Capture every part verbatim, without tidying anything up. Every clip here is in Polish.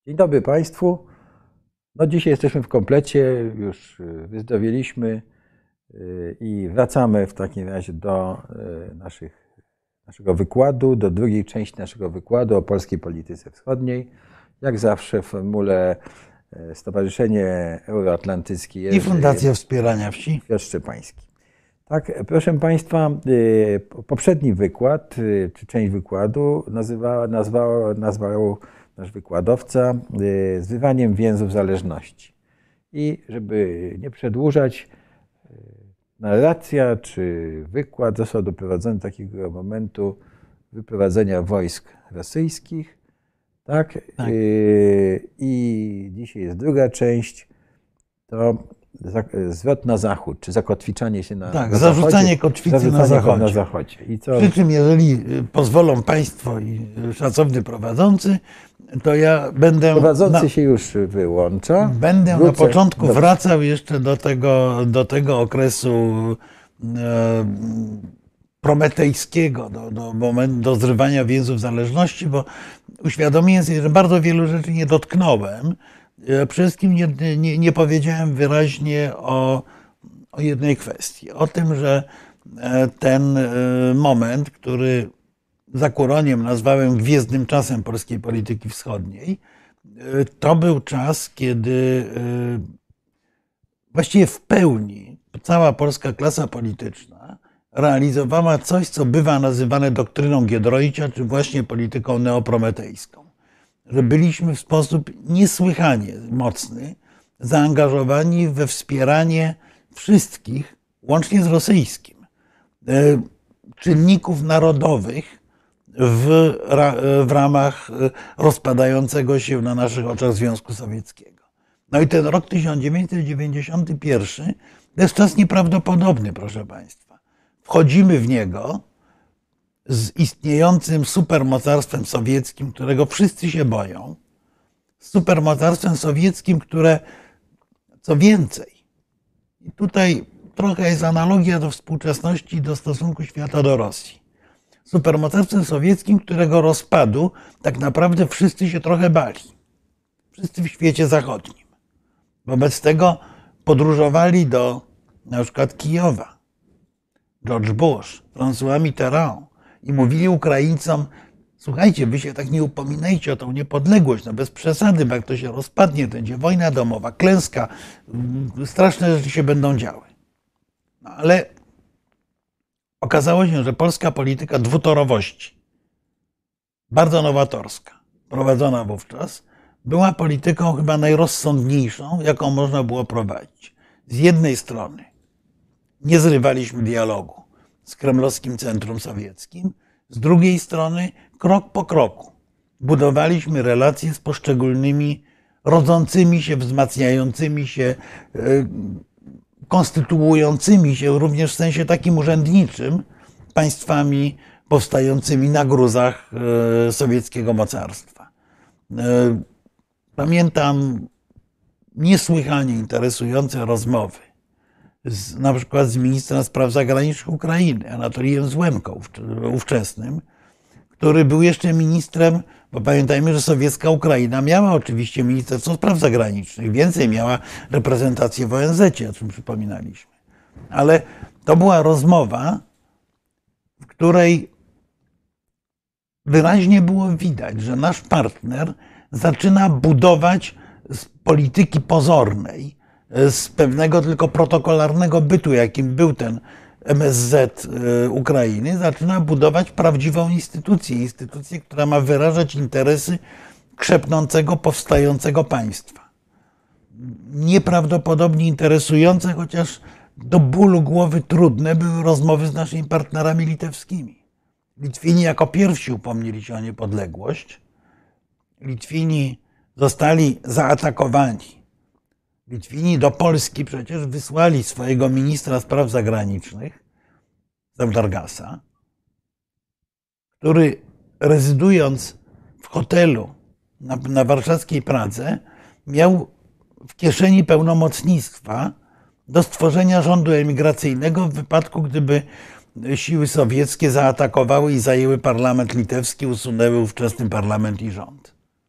Dzień dobry Państwu. No dzisiaj jesteśmy w komplecie, już wyzdrowieliśmy i wracamy w takim razie do naszych, naszego wykładu, do drugiej części naszego wykładu o polskiej polityce wschodniej. Jak zawsze w formule Stowarzyszenie Euroatlantyckie i Fundacja Wspierania Wsi Piotr Szczepański. Tak, proszę Państwa, poprzedni wykład, czy część wykładu nazywała, nazwał, nazwał nasz wykładowca zrywaniem więzów zależności. I żeby nie przedłużać, narracja czy wykład został doprowadzony do takiego momentu wyprowadzenia wojsk rosyjskich. Tak? Tak. I dzisiaj jest druga część, to zwrot na zachód, czy zakotwiczanie się na, tak, na zarzucanie zachodzie. kotwicy zarzucanie na zachodzie. Na zachodzie. I co... Przy czym, jeżeli pozwolą Państwo i szacowny prowadzący, to ja będę... Prowadzący na, się już wyłącza. Będę Wrócę na początku do... wracał jeszcze do tego, do tego okresu e, prometejskiego, do, do, moment, do zrywania więzów zależności, bo uświadomiłem sobie, że bardzo wielu rzeczy nie dotknąłem. Przede wszystkim nie, nie, nie powiedziałem wyraźnie o, o jednej kwestii. O tym, że ten moment, który za Kuroniem nazwałem gwiezdnym czasem polskiej polityki wschodniej, to był czas, kiedy właściwie w pełni cała polska klasa polityczna realizowała coś, co bywa nazywane doktryną Giedroycia, czy właśnie polityką neoprometejską. Że byliśmy w sposób niesłychanie mocny zaangażowani we wspieranie wszystkich, łącznie z rosyjskim, czynników narodowych w, w ramach rozpadającego się na naszych oczach Związku Sowieckiego. No i ten rok tysiąc dziewięćset dziewięćdziesiąty pierwszy to jest czas nieprawdopodobny, proszę Państwa. Wchodzimy w niego z istniejącym supermocarstwem sowieckim, którego wszyscy się boją, z supermocarstwem sowieckim, które, co więcej, i tutaj trochę jest analogia do współczesności i do stosunku świata do Rosji, supermocarstwem sowieckim, którego rozpadu tak naprawdę wszyscy się trochę bali. Wszyscy w świecie zachodnim. Wobec tego podróżowali do na przykład Kijowa George Bush, François Mitterrand, i mówili Ukraińcom: słuchajcie, wy się tak nie upominajcie o tą niepodległość, no bez przesady, bo jak to się rozpadnie, to będzie wojna domowa, klęska, straszne rzeczy się będą działy. No ale okazało się, że polska polityka dwutorowości, bardzo nowatorska, prowadzona wówczas, była polityką chyba najrozsądniejszą, jaką można było prowadzić. Z jednej strony nie zrywaliśmy dialogu z kremlowskim centrum sowieckim, z drugiej strony krok po kroku budowaliśmy relacje z poszczególnymi rodzącymi się, wzmacniającymi się, konstytuującymi się również w sensie takim urzędniczym państwami powstającymi na gruzach sowieckiego mocarstwa. Pamiętam niesłychanie interesujące rozmowy Z, na przykład z ministrem spraw zagranicznych Ukrainy, Anatolijem Złemką, ówczesnym, który był jeszcze ministrem, bo pamiętajmy, że sowiecka Ukraina miała oczywiście Ministerstwo Spraw Zagranicznych, więcej miała reprezentację w O N Z cie, o czym przypominaliśmy. Ale to była rozmowa, w której wyraźnie było widać, że nasz partner zaczyna budować z polityki pozornej, z pewnego tylko protokolarnego bytu, jakim był ten M S Z Ukrainy, zaczyna budować prawdziwą instytucję. Instytucję, która ma wyrażać interesy krzepnącego, powstającego państwa. Nieprawdopodobnie interesujące, chociaż do bólu głowy trudne były rozmowy z naszymi partnerami litewskimi. Litwini jako pierwsi upomnieli się o niepodległość. Litwini zostali zaatakowani. Litwini do Polski przecież wysłali swojego ministra spraw zagranicznych, Saudargasa, który rezydując w hotelu na, na warszawskiej Pradze miał w kieszeni pełnomocnictwa do stworzenia rządu emigracyjnego w wypadku, gdyby siły sowieckie zaatakowały i zajęły parlament litewski, usunęły ówczesny parlament i rząd.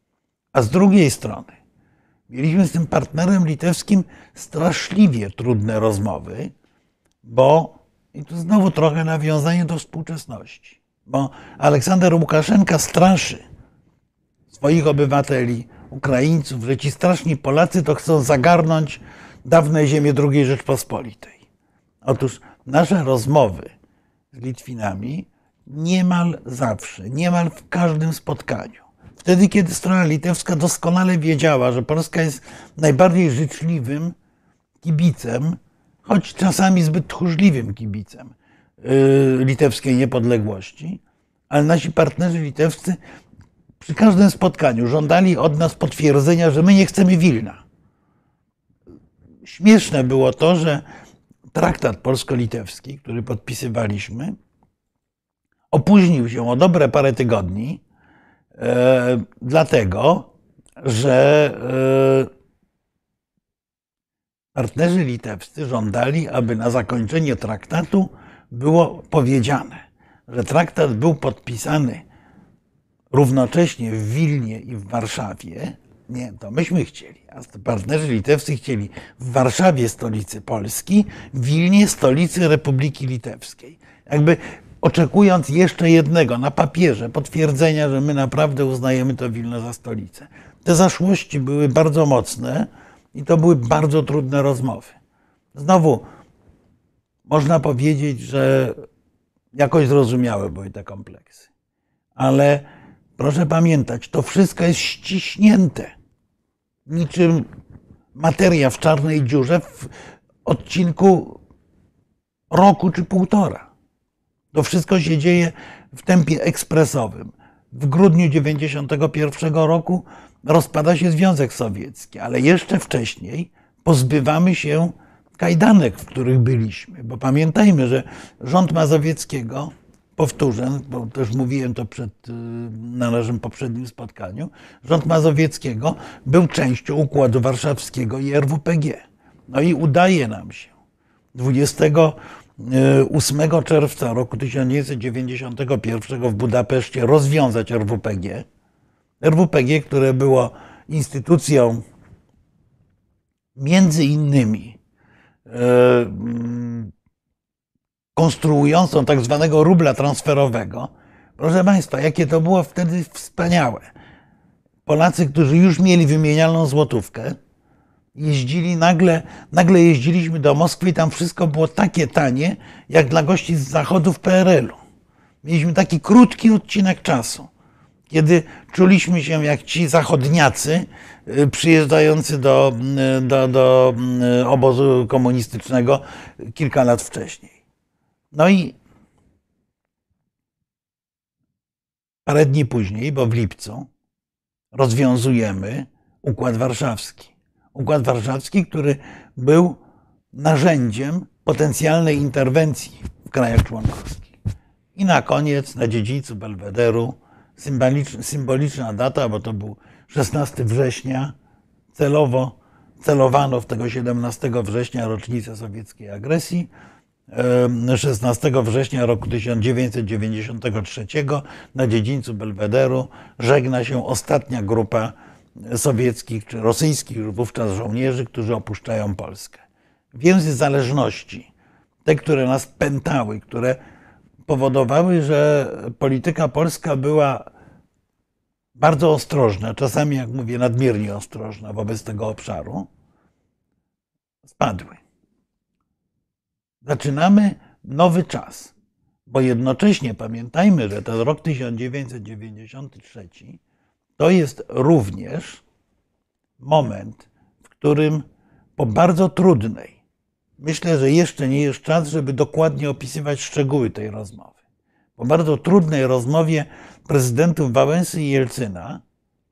A z drugiej strony mieliśmy z tym partnerem litewskim straszliwie trudne rozmowy, bo, i tu znowu trochę nawiązanie do współczesności, bo Aleksander Łukaszenka straszy swoich obywateli, Ukraińców, że ci straszni Polacy to chcą zagarnąć dawne ziemie drugiej Rzeczpospolitej. Otóż nasze rozmowy z Litwinami niemal zawsze, niemal w każdym spotkaniu, wtedy kiedy strona litewska doskonale wiedziała, że Polska jest najbardziej życzliwym kibicem, choć czasami zbyt tchórzliwym kibicem yy, litewskiej niepodległości, ale nasi partnerzy litewscy przy każdym spotkaniu żądali od nas potwierdzenia, że my nie chcemy Wilna. Śmieszne było to, że traktat polsko-litewski, który podpisywaliśmy, opóźnił się o dobre parę tygodni, e, dlatego że e, partnerzy litewscy żądali, aby na zakończenie traktatu było powiedziane, że traktat był podpisany równocześnie w Wilnie i w Warszawie. Nie, to myśmy chcieli, a partnerzy litewscy chcieli w Warszawie, stolicy Polski, w Wilnie, stolicy Republiki Litewskiej. Jakby oczekując jeszcze jednego na papierze potwierdzenia, że my naprawdę uznajemy to Wilno za stolicę. Te zaszłości były bardzo mocne i to były bardzo trudne rozmowy. Znowu można powiedzieć, że jakoś zrozumiałe były te kompleksy. Ale proszę pamiętać, to wszystko jest ściśnięte niczym materia w czarnej dziurze w odcinku roku czy półtora. To wszystko się dzieje w tempie ekspresowym. W grudniu dziewięćdziesiątego pierwszego roku rozpada się Związek Sowiecki, ale jeszcze wcześniej pozbywamy się kajdanek, w których byliśmy. Bo pamiętajmy, że rząd Mazowieckiego, powtórzę, bo też mówiłem to przed, na naszym poprzednim spotkaniu, rząd Mazowieckiego był częścią Układu Warszawskiego i R W P G. No i udaje nam się dwudziestego ósmego czerwca roku tysiąc dziewięćset dziewięćdziesiątego pierwszego w Budapeszcie rozwiązać R W P G. R W P G, które było instytucją między innymi konstruującą tak zwanego rubla transferowego. Proszę Państwa, jakie to było wtedy wspaniałe. Polacy, którzy już mieli wymienialną złotówkę, jeździli nagle, nagle jeździliśmy do Moskwy i tam wszystko było takie tanie, jak dla gości z zachodu w P R L u. Mieliśmy taki krótki odcinek czasu, kiedy czuliśmy się jak ci zachodniacy przyjeżdżający do, do, do obozu komunistycznego kilka lat wcześniej. No i parę dni później, bo w lipcu, rozwiązujemy Układ Warszawski. Układ Warszawski, który był narzędziem potencjalnej interwencji w krajach członkowskich. I na koniec, na dziedzińcu Belwederu, symboliczna data, bo to był szesnastego września, celowo celowano w tego siedemnastego września rocznicę sowieckiej agresji. szesnastego września roku tysiąc dziewięćset dziewięćdziesiątego trzeciego na dziedzińcu Belwederu żegna się ostatnia grupa sowieckich czy rosyjskich już wówczas żołnierzy, którzy opuszczają Polskę. Więzy zależności, te, które nas pętały, które powodowały, że polityka polska była bardzo ostrożna, czasami, jak mówię, nadmiernie ostrożna wobec tego obszaru, spadły. Zaczynamy nowy czas, bo jednocześnie pamiętajmy, że ten rok tysiąc dziewięćset dziewięćdziesiąty trzeci to jest również moment, w którym po bardzo trudnej, myślę, że jeszcze nie jest czas, żeby dokładnie opisywać szczegóły tej rozmowy. Po bardzo trudnej rozmowie prezydentów Wałęsy i Jelcyna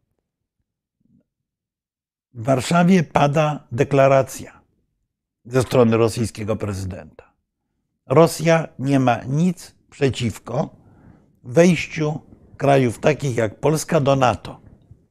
w Warszawie pada deklaracja ze strony rosyjskiego prezydenta. Rosja nie ma nic przeciwko wejściu krajów takich jak Polska do NATO.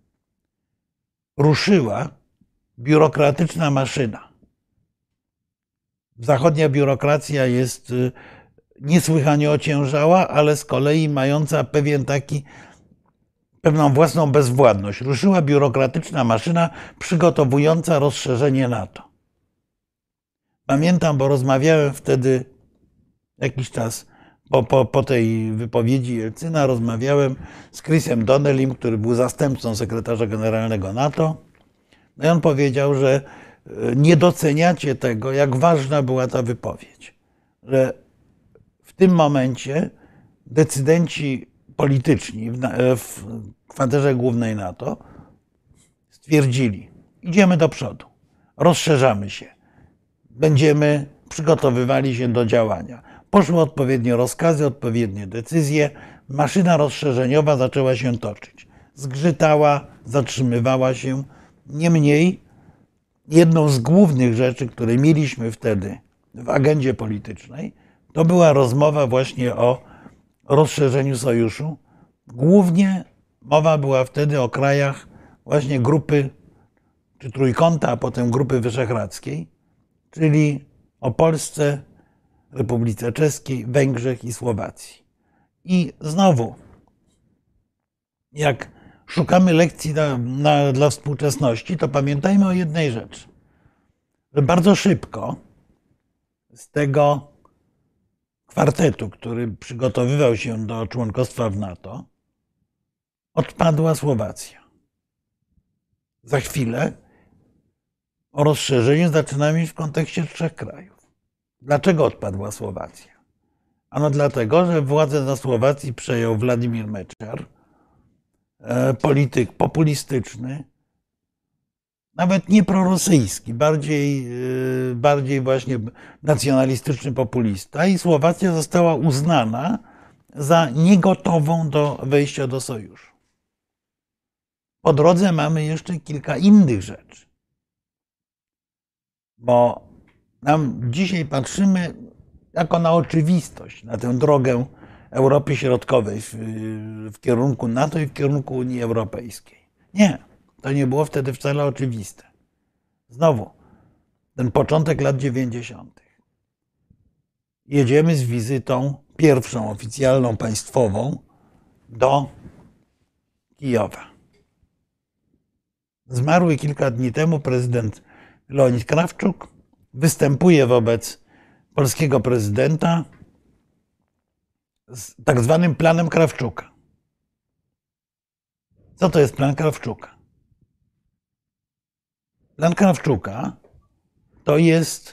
Ruszyła biurokratyczna maszyna. Zachodnia biurokracja jest niesłychanie ociężała, ale z kolei mająca pewien taki, pewną własną bezwładność. Ruszyła biurokratyczna maszyna przygotowująca rozszerzenie NATO. Pamiętam, bo rozmawiałem wtedy jakiś czas po, po, po tej wypowiedzi Jelcyna, rozmawiałem z Chrisem Donnelim, który był zastępcą sekretarza generalnego NATO. No i on powiedział, że nie doceniacie tego, jak ważna była ta wypowiedź. Że w tym momencie decydenci polityczni w, w kwaterze głównej NATO stwierdzili, idziemy do przodu, rozszerzamy się, będziemy przygotowywali się do działania. Poszły odpowiednie rozkazy, odpowiednie decyzje, maszyna rozszerzeniowa zaczęła się toczyć. Zgrzytała, zatrzymywała się. Niemniej jedną z głównych rzeczy, które mieliśmy wtedy w agendzie politycznej, to była rozmowa właśnie o rozszerzeniu sojuszu. Głównie mowa była wtedy o krajach właśnie grupy, czy trójkąta, a potem grupy wyszehradzkiej, czyli o Polsce, Republice Czeskiej, Węgrzech i Słowacji. I znowu, jak szukamy lekcji na, na, dla współczesności, to pamiętajmy o jednej rzeczy, że bardzo szybko z tego kwartetu, który przygotowywał się do członkostwa w NATO, odpadła Słowacja. Za chwilę o rozszerzeniu zaczynamy w kontekście trzech krajów. Dlaczego odpadła Słowacja? Ano dlatego, że władzę na Słowacji przejął Władimir Mečiar, polityk populistyczny, nawet nie prorosyjski, bardziej, bardziej właśnie nacjonalistyczny populista, i Słowacja została uznana za niegotową do wejścia do sojuszu. Po drodze mamy jeszcze kilka innych rzeczy, bo nam dzisiaj patrzymy jako na oczywistość, na tę drogę Europy Środkowej w, w kierunku NATO i w kierunku Unii Europejskiej. Nie, to nie było wtedy wcale oczywiste. Znowu, ten początek lat dziewięćdziesiątych. Jedziemy z wizytą pierwszą oficjalną państwową do Kijowa. Zmarły kilka dni temu prezydent Leonid Krawczuk występuje wobec polskiego prezydenta z tak zwanym planem Krawczuka. Co to jest plan Krawczuka? Plan Krawczuka to jest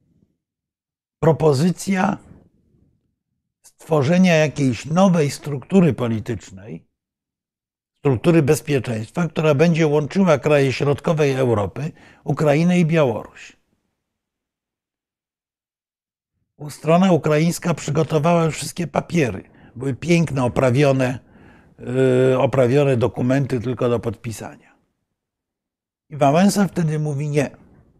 propozycja stworzenia jakiejś nowej struktury politycznej, struktury bezpieczeństwa, która będzie łączyła kraje środkowej Europy, Ukrainę i Białoruś. Strona ukraińska przygotowała już wszystkie papiery. Były piękne, oprawione, yy, oprawione dokumenty tylko do podpisania. I Wałęsa wtedy mówi nie.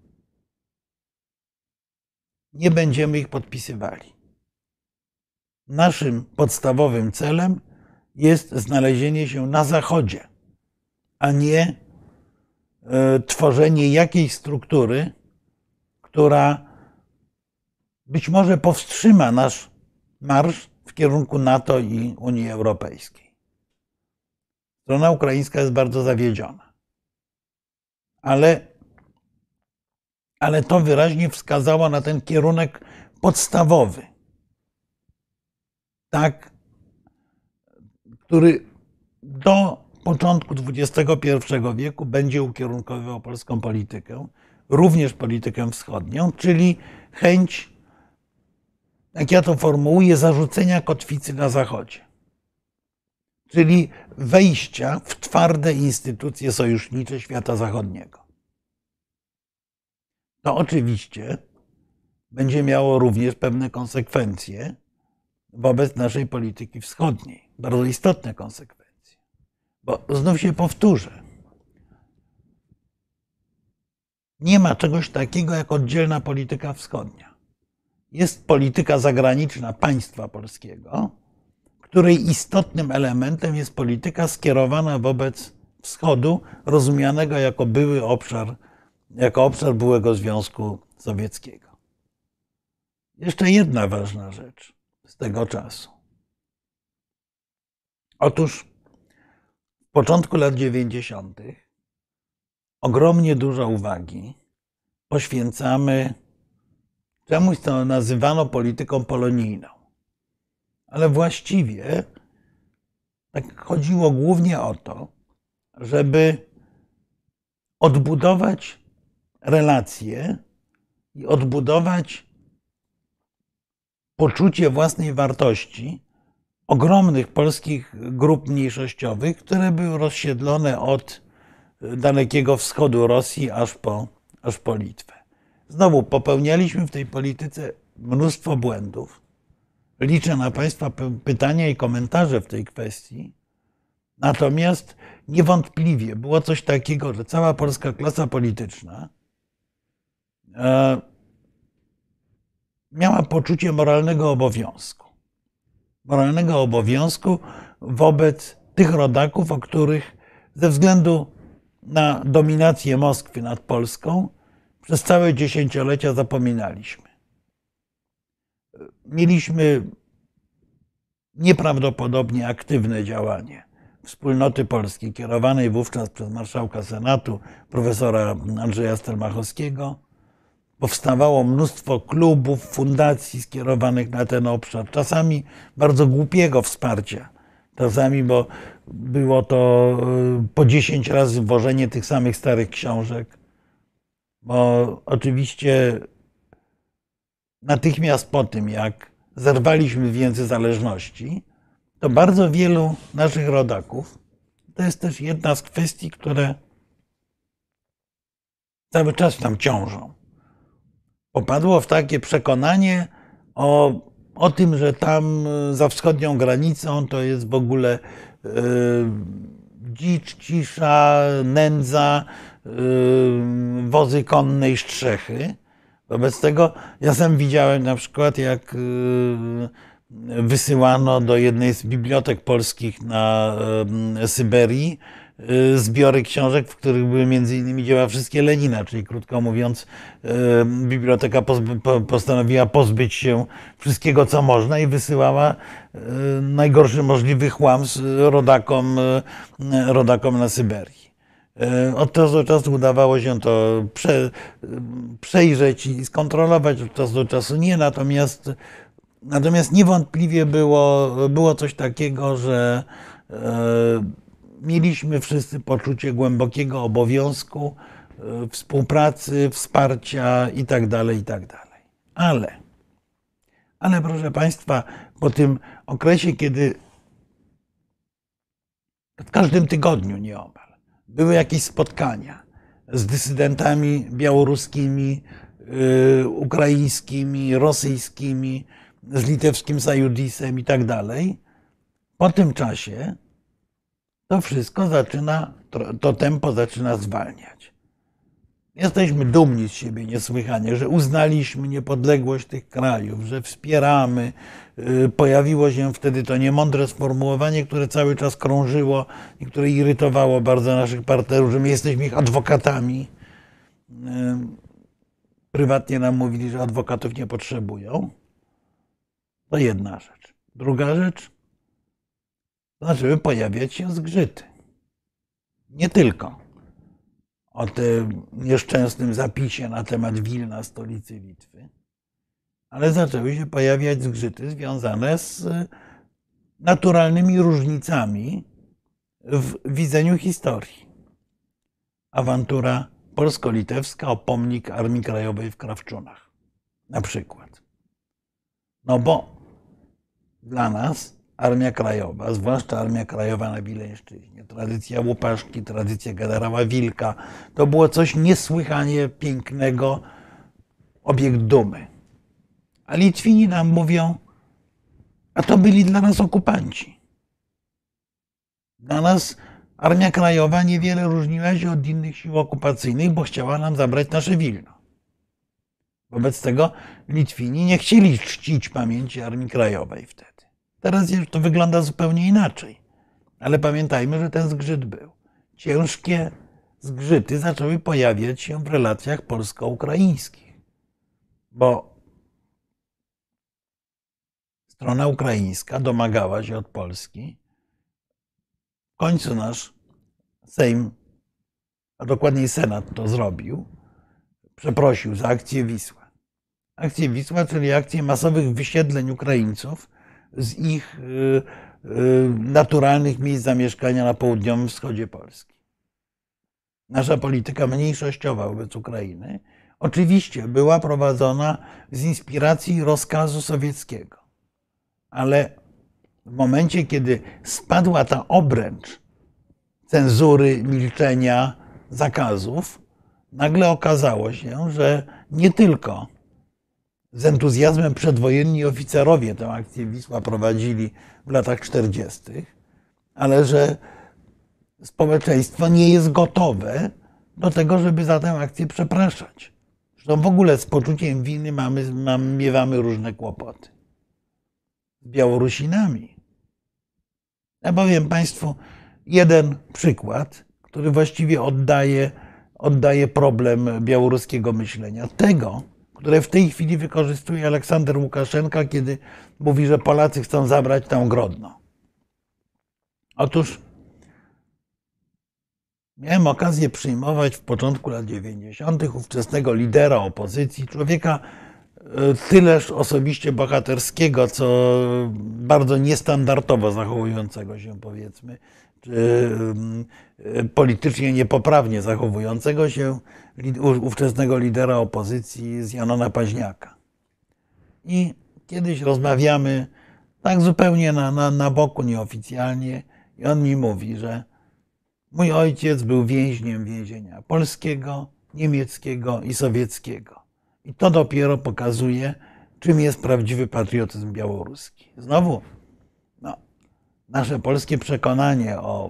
Nie będziemy ich podpisywali. Naszym podstawowym celem jest znalezienie się na Zachodzie, a nie yy, tworzenie jakiejś struktury, która być może powstrzyma nasz marsz w kierunku NATO i Unii Europejskiej. Strona ukraińska jest bardzo zawiedziona. Ale, ale to wyraźnie wskazało na ten kierunek podstawowy, tak, który do początku dwudziestego pierwszego wieku będzie ukierunkowywał polską politykę, również politykę wschodnią, czyli chęć, jak ja to formułuję, zarzucenia kotwicy na Zachodzie. Czyli wejścia w twarde instytucje sojusznicze świata zachodniego. To oczywiście będzie miało również pewne konsekwencje wobec naszej polityki wschodniej. Bardzo istotne konsekwencje. Bo znów się powtórzę. Nie ma czegoś takiego jak oddzielna polityka wschodnia. Jest polityka zagraniczna państwa polskiego, której istotnym elementem jest polityka skierowana wobec wschodu, rozumianego jako były obszar, jako obszar byłego Związku Sowieckiego. Jeszcze jedna ważna rzecz z tego czasu. Otóż w początku lat dziewięćdziesiątych ogromnie dużo uwagi poświęcamy czemuś, co nazywano polityką polonijną. Ale właściwie tak chodziło głównie o to, żeby odbudować relacje i odbudować poczucie własnej wartości ogromnych polskich grup mniejszościowych, które były rozsiedlone od Dalekiego Wschodu Rosji aż po, aż po Litwę. Znowu popełnialiśmy w tej polityce mnóstwo błędów. Liczę na Państwa pytania i komentarze w tej kwestii. Natomiast niewątpliwie było coś takiego, że cała polska klasa polityczna miała poczucie moralnego obowiązku. Moralnego obowiązku wobec tych rodaków, o których ze względu na dominację Moskwy nad Polską przez całe dziesięciolecia zapominaliśmy. Mieliśmy nieprawdopodobnie aktywne działanie Wspólnoty Polskiej, kierowanej wówczas przez marszałka Senatu, profesora Andrzeja Stelmachowskiego. Powstawało mnóstwo klubów, fundacji skierowanych na ten obszar, czasami bardzo głupiego wsparcia, czasami, bo było to po dziesięć razy wwożenie tych samych starych książek, bo oczywiście natychmiast po tym, jak zerwaliśmy więzy zależności, to bardzo wielu naszych rodaków, to jest też jedna z kwestii, które cały czas nam ciążą, popadło w takie przekonanie o, o tym, że tam za wschodnią granicą to jest w ogóle yy, dzicz, cisza, nędza, yy, wozy konne i strzechy. Wobec tego ja sam widziałem na przykład, jak yy, wysyłano do jednej z bibliotek polskich na yy, Syberii zbiory książek, w których były między innymi dzieła wszystkie Lenina, czyli krótko mówiąc, biblioteka postanowiła pozbyć się wszystkiego, co można i wysyłała najgorszy możliwy chłam rodakom, rodakom na Syberii. Od czasu do czasu udawało się to prze, przejrzeć i skontrolować, od czasu do czasu nie, natomiast, natomiast niewątpliwie było, było coś takiego, że mieliśmy wszyscy poczucie głębokiego obowiązku, współpracy, wsparcia itd., itd. Ale, ale proszę Państwa, po tym okresie, kiedy w każdym tygodniu nieomal były jakieś spotkania z dysydentami białoruskimi, yy, ukraińskimi, rosyjskimi, z litewskim Sajudisem itd., po tym czasie to wszystko zaczyna, to tempo zaczyna zwalniać. Jesteśmy dumni z siebie niesłychanie, że uznaliśmy niepodległość tych krajów, że wspieramy. Pojawiło się wtedy to niemądre sformułowanie, które cały czas krążyło i które irytowało bardzo naszych partnerów, że my jesteśmy ich adwokatami. Prywatnie nam mówili, że adwokatów nie potrzebują. To jedna rzecz. Druga rzecz, zaczęły pojawiać się zgrzyty. Nie tylko o tym nieszczęsnym zapisie na temat Wilna, stolicy Litwy, ale zaczęły się pojawiać zgrzyty związane z naturalnymi różnicami w widzeniu historii. Awantura polsko-litewska o pomnik Armii Krajowej w Krawczunach, na przykład. No bo dla nas Armia Krajowa, zwłaszcza Armia Krajowa na Wileńszczyźnie, tradycja Łupaszki, tradycja generała Wilka, to było coś niesłychanie pięknego, obiekt dumy. A Litwini nam mówią, a to byli dla nas okupanci. Dla nas Armia Krajowa niewiele różniła się od innych sił okupacyjnych, bo chciała nam zabrać nasze Wilno. Wobec tego Litwini nie chcieli czcić pamięci Armii Krajowej wtedy. Teraz to wygląda zupełnie inaczej. Ale pamiętajmy, że ten zgrzyt był. Ciężkie zgrzyty zaczęły pojawiać się w relacjach polsko-ukraińskich. Bo strona ukraińska domagała się od Polski, w końcu nasz Sejm, a dokładniej Senat to zrobił, przeprosił za akcję Wisła. Akcję Wisła, czyli akcję masowych wysiedleń Ukraińców z ich naturalnych miejsc zamieszkania na południowym wschodzie Polski. Nasza polityka mniejszościowa wobec Ukrainy oczywiście była prowadzona z inspiracji rozkazu sowieckiego, ale w momencie, kiedy spadła ta obręcz cenzury, milczenia, zakazów, nagle okazało się, że nie tylko z entuzjazmem przedwojenni oficerowie tę akcję Wisła prowadzili w latach czterdziestych, ale że społeczeństwo nie jest gotowe do tego, żeby za tę akcję przepraszać. Zresztą w ogóle z poczuciem winy mamy, mamy, miewamy różne kłopoty. Z Białorusinami. Ja powiem Państwu jeden przykład, który właściwie oddaje, oddaje problem białoruskiego myślenia. Tego, które w tej chwili wykorzystuje Aleksander Łukaszenka, kiedy mówi, że Polacy chcą zabrać tam Grodno. Otóż miałem okazję przyjmować w początku lat dziewięćdziesiątych ówczesnego lidera opozycji, człowieka tyleż osobiście bohaterskiego, co bardzo niestandardowo zachowującego się, powiedzmy, czy politycznie niepoprawnie zachowującego się ówczesnego lidera opozycji z Janona Paźniaka. I kiedyś rozmawiamy tak zupełnie na, na, na boku, nieoficjalnie, i on mi mówi, że mój ojciec był więźniem więzienia polskiego, niemieckiego i sowieckiego. I to dopiero pokazuje, czym jest prawdziwy patriotyzm białoruski. Znowu, no, nasze polskie przekonanie o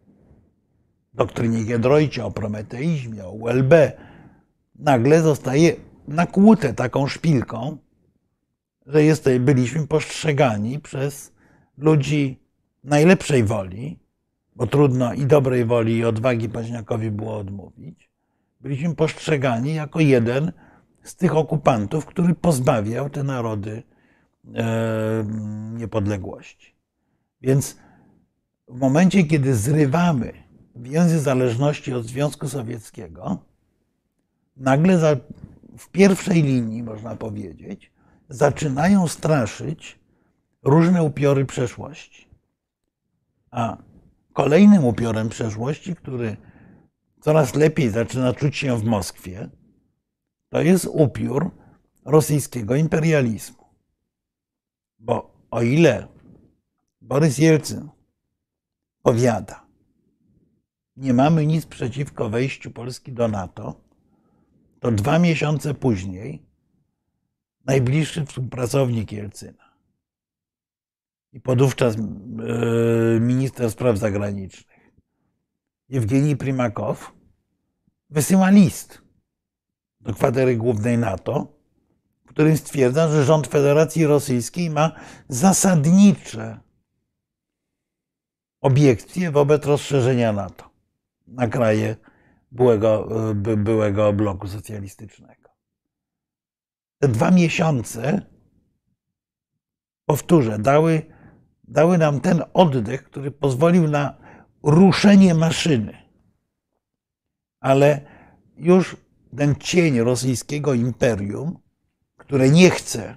doktrynie Giedroycia, o prometeizmie, o U L B nagle zostaje nakłute taką szpilką, że jest, byliśmy postrzegani przez ludzi najlepszej woli, bo trudno i dobrej woli, i odwagi Paźniakowi było odmówić. Byliśmy postrzegani jako jeden z tych okupantów, który pozbawiał te narody e, niepodległości. Więc w momencie, kiedy zrywamy więzy zależności od Związku Sowieckiego, nagle za, w pierwszej linii, można powiedzieć, zaczynają straszyć różne upiory przeszłości. A kolejnym upiorem przeszłości, który coraz lepiej zaczyna czuć się w Moskwie, to jest upiór rosyjskiego imperializmu. Bo o ile Borys Jelcyn powiada, nie mamy nic przeciwko wejściu Polski do NATO, to dwa miesiące później najbliższy współpracownik Jelcyna i podówczas minister spraw zagranicznych Jewgenij Primakow wysyła list do kwatery głównej NATO, w którym stwierdza, że rząd Federacji Rosyjskiej ma zasadnicze obiekcje wobec rozszerzenia NATO na kraje byłego, by, byłego bloku socjalistycznego. Te dwa miesiące, powtórzę, dały, dały nam ten oddech, który pozwolił na ruszenie maszyny. Ale już ten cień rosyjskiego imperium, które nie chce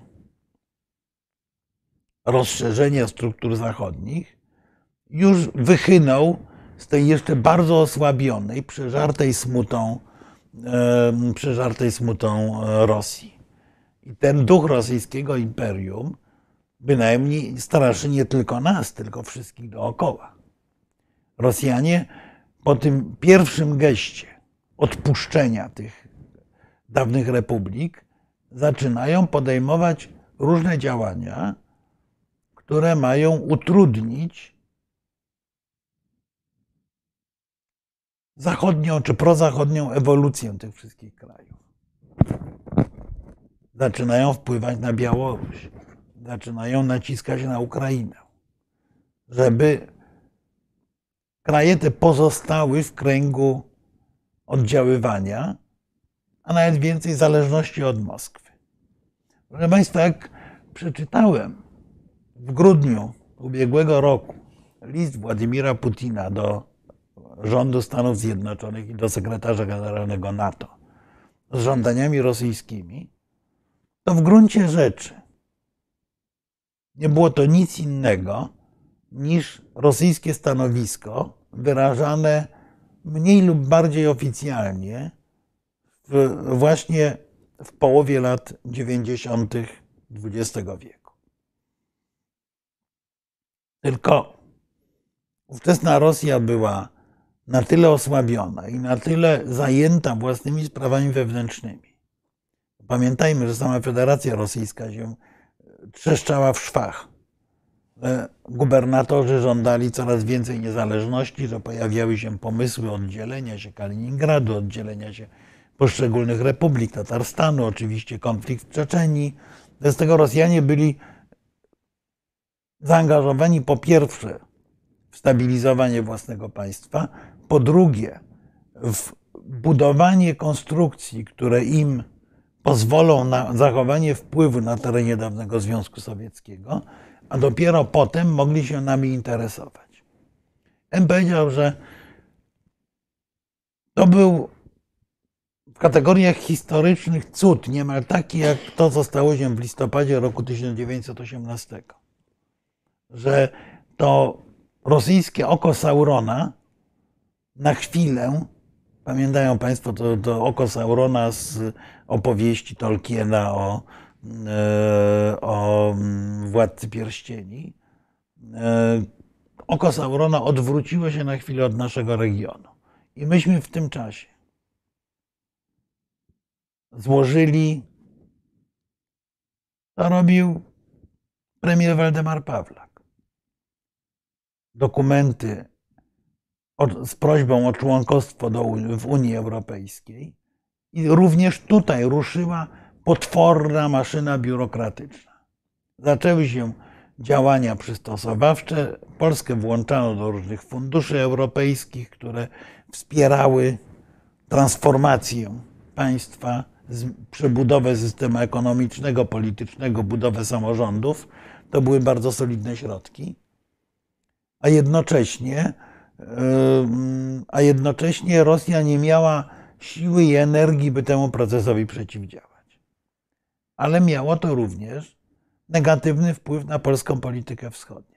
rozszerzenia struktur zachodnich, już wychynął z tej jeszcze bardzo osłabionej, przeżartej smutą, e, przeżartej smutą Rosji. I ten duch rosyjskiego imperium bynajmniej straszy nie tylko nas, tylko wszystkich dookoła. Rosjanie po tym pierwszym geście odpuszczenia tych dawnych republik zaczynają podejmować różne działania, które mają utrudnić zachodnią czy prozachodnią ewolucję tych wszystkich krajów. Zaczynają wpływać na Białoruś, zaczynają naciskać na Ukrainę, żeby kraje te pozostały w kręgu oddziaływania, a nawet więcej zależności od Moskwy. Proszę Państwa, jak przeczytałem w grudniu ubiegłego roku list Władimira Putina do rządu Stanów Zjednoczonych i do sekretarza generalnego NATO z żądaniami rosyjskimi, to w gruncie rzeczy nie było to nic innego niż rosyjskie stanowisko wyrażane mniej lub bardziej oficjalnie w, właśnie w połowie lat dziewięćdziesiątych dwudziestego wieku. Tylko ówczesna Rosja była na tyle osłabiona i na tyle zajęta własnymi sprawami wewnętrznymi. Pamiętajmy, że sama Federacja Rosyjska się trzeszczała w szwach. Gubernatorzy żądali coraz więcej niezależności, że pojawiały się pomysły oddzielenia się Kaliningradu, oddzielenia się poszczególnych republik, Tatarstanu, oczywiście konflikt w Czeczenii. Z tego Rosjanie byli zaangażowani po pierwsze w stabilizowanie własnego państwa, po drugie w budowanie konstrukcji, które im pozwolą na zachowanie wpływu na terenie dawnego Związku Sowieckiego, a dopiero potem mogli się nami interesować. M powiedział, że to był w kategoriach historycznych cud, niemal taki jak to, co stało się w listopadzie roku tysiąc dziewięćset osiemnastego. Że to rosyjskie oko Saurona na chwilę, pamiętają Państwo to, to oko Saurona z opowieści Tolkiena o, o Władcy Pierścieni. Oko Saurona odwróciło się na chwilę od naszego regionu. I myśmy w tym czasie złożyli, to robił premier Waldemar Pawlak, dokumenty z prośbą o członkostwo do, w Unii Europejskiej i również tutaj ruszyła potworna maszyna biurokratyczna. Zaczęły się działania przystosowawcze. Polskę włączano do różnych funduszy europejskich, które wspierały transformację państwa, przebudowę systemu ekonomicznego, politycznego, budowę samorządów. To były bardzo solidne środki. A jednocześnie, a jednocześnie Rosja nie miała siły i energii, by temu procesowi przeciwdziałać. Ale miało to również negatywny wpływ na polską politykę wschodnią.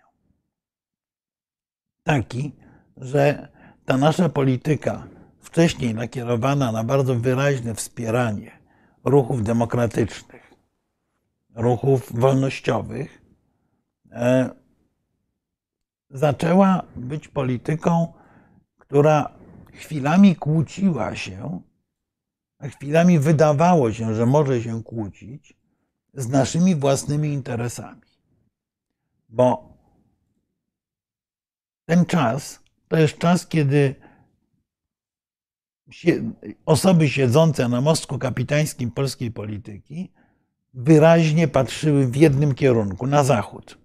Taki, że ta nasza polityka, wcześniej nakierowana na bardzo wyraźne wspieranie ruchów demokratycznych, ruchów wolnościowych, zaczęła być polityką, która chwilami kłóciła się, a chwilami wydawało się, że może się kłócić z naszymi własnymi interesami. Bo ten czas to jest czas, kiedy osoby siedzące na mostku kapitańskim polskiej polityki wyraźnie patrzyły w jednym kierunku, na zachód.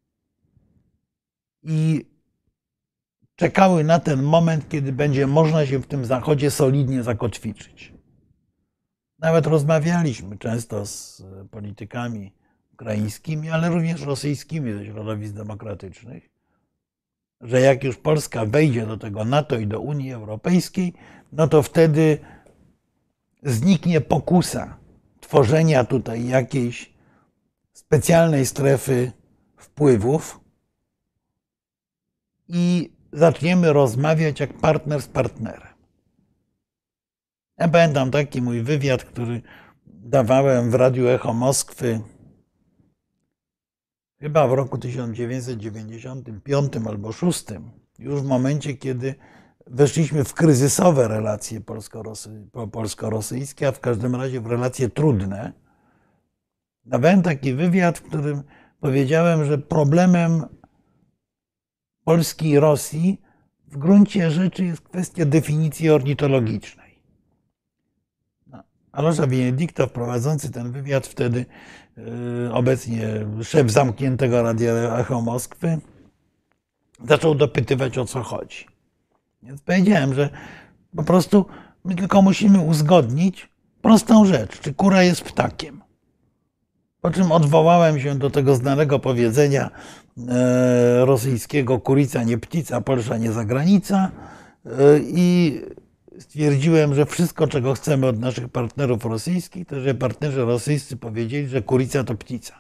I czekały na ten moment, kiedy będzie można się w tym zachodzie solidnie zakotwiczyć. Nawet rozmawialiśmy często z politykami ukraińskimi, ale również rosyjskimi ze środowisk demokratycznych, że jak już Polska wejdzie do tego NATO i do Unii Europejskiej, no to wtedy zniknie pokusa tworzenia tutaj jakiejś specjalnej strefy wpływów i zaczniemy rozmawiać jak partner z partnerem. Ja pamiętam taki mój wywiad, który dawałem w Radiu Echo Moskwy chyba w roku tysiąc dziewięćset dziewięćdziesiątym piątym albo szóstym, już w momencie, kiedy weszliśmy w kryzysowe relacje polsko-rosyjskie, a w każdym razie w relacje trudne. Dawałem taki wywiad, w którym powiedziałem, że problemem Polski i Rosji w gruncie rzeczy jest kwestia definicji ornitologicznej. Alojza Benedyktow, prowadzący ten wywiad wtedy, obecnie szef zamkniętego Radia Echo Moskwy, zaczął dopytywać, o co chodzi. Więc powiedziałem, że po prostu my tylko musimy uzgodnić prostą rzecz, czy kura jest ptakiem. Po czym odwołałem się do tego znanego powiedzenia rosyjskiego: kurica nie ptica, Polsza nie zagranica. i stwierdziłem, że wszystko, czego chcemy od naszych partnerów rosyjskich, to że partnerzy rosyjscy powiedzieli, że Kurica to ptica.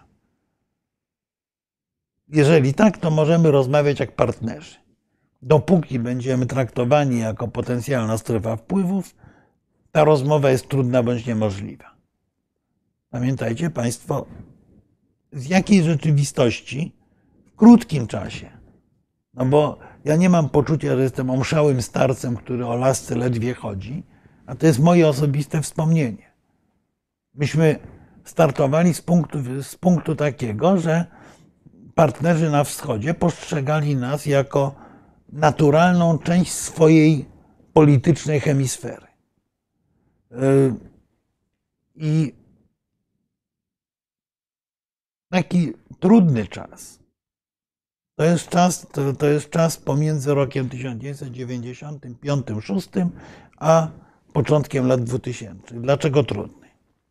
Jeżeli tak, to możemy rozmawiać jak partnerzy. Dopóki będziemy traktowani jako potencjalna strefa wpływów, ta rozmowa jest trudna bądź niemożliwa. Pamiętajcie Państwo, z jakiej rzeczywistości w krótkim czasie, no bo ja nie mam poczucia, że jestem omszałym starcem, który o lasce ledwie chodzi, a to jest moje osobiste wspomnienie. Myśmy startowali z punktu, z punktu takiego, że partnerzy na wschodzie postrzegali nas jako naturalną część swojej politycznej hemisfery. I taki trudny czas, to jest czas, to, to jest czas pomiędzy rokiem tysiąc dziewięćset dziewięćdziesiątym piątym do szóstym a początkiem lat dwutysięcznych. Dlaczego trudny?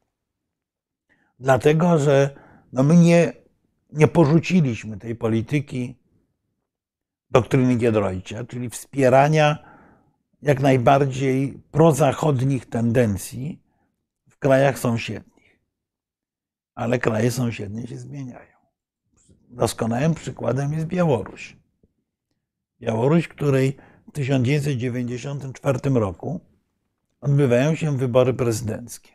Dlatego, że no my nie, nie porzuciliśmy tej polityki doktryny Giedroycia, czyli wspierania jak najbardziej prozachodnich tendencji w krajach sąsiednich. Ale kraje sąsiednie się zmieniają. Doskonałym przykładem jest Białoruś. Białoruś, której w tysiąc dziewięćset dziewięćdziesiątym czwartym roku odbywają się wybory prezydenckie.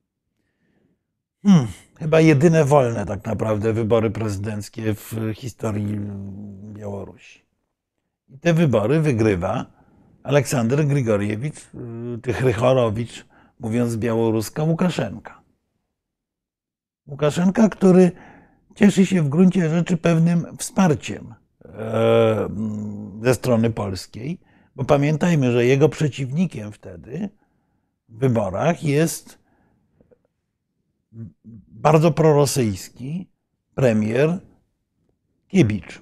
Hmm, chyba jedyne wolne tak naprawdę wybory prezydenckie w historii Białorusi. I te wybory wygrywa Aleksander Grigorjewicz, Tychrychorowicz, mówiąc białoruska, Łukaszenka. Łukaszenka, który cieszy się w gruncie rzeczy pewnym wsparciem ze strony polskiej, bo pamiętajmy, że jego przeciwnikiem wtedy w wyborach jest bardzo prorosyjski premier Kiebicz,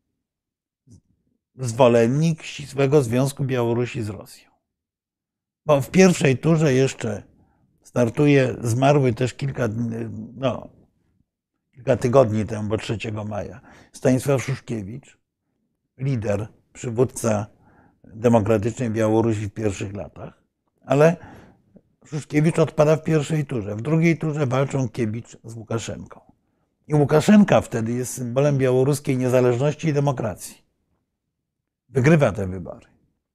zwolennik ścisłego związku Białorusi z Rosją. Bo w pierwszej turze jeszcze startuje, zmarły też kilka, no, kilka tygodni temu, bo trzeciego maja, Stanisław Szuszkiewicz, lider, przywódca demokratycznej Białorusi w pierwszych latach, ale Szuszkiewicz odpada w pierwszej turze. W drugiej turze walczą Kiebicz z Łukaszenką. I Łukaszenka wtedy jest symbolem białoruskiej niezależności i demokracji. Wygrywa te wybory.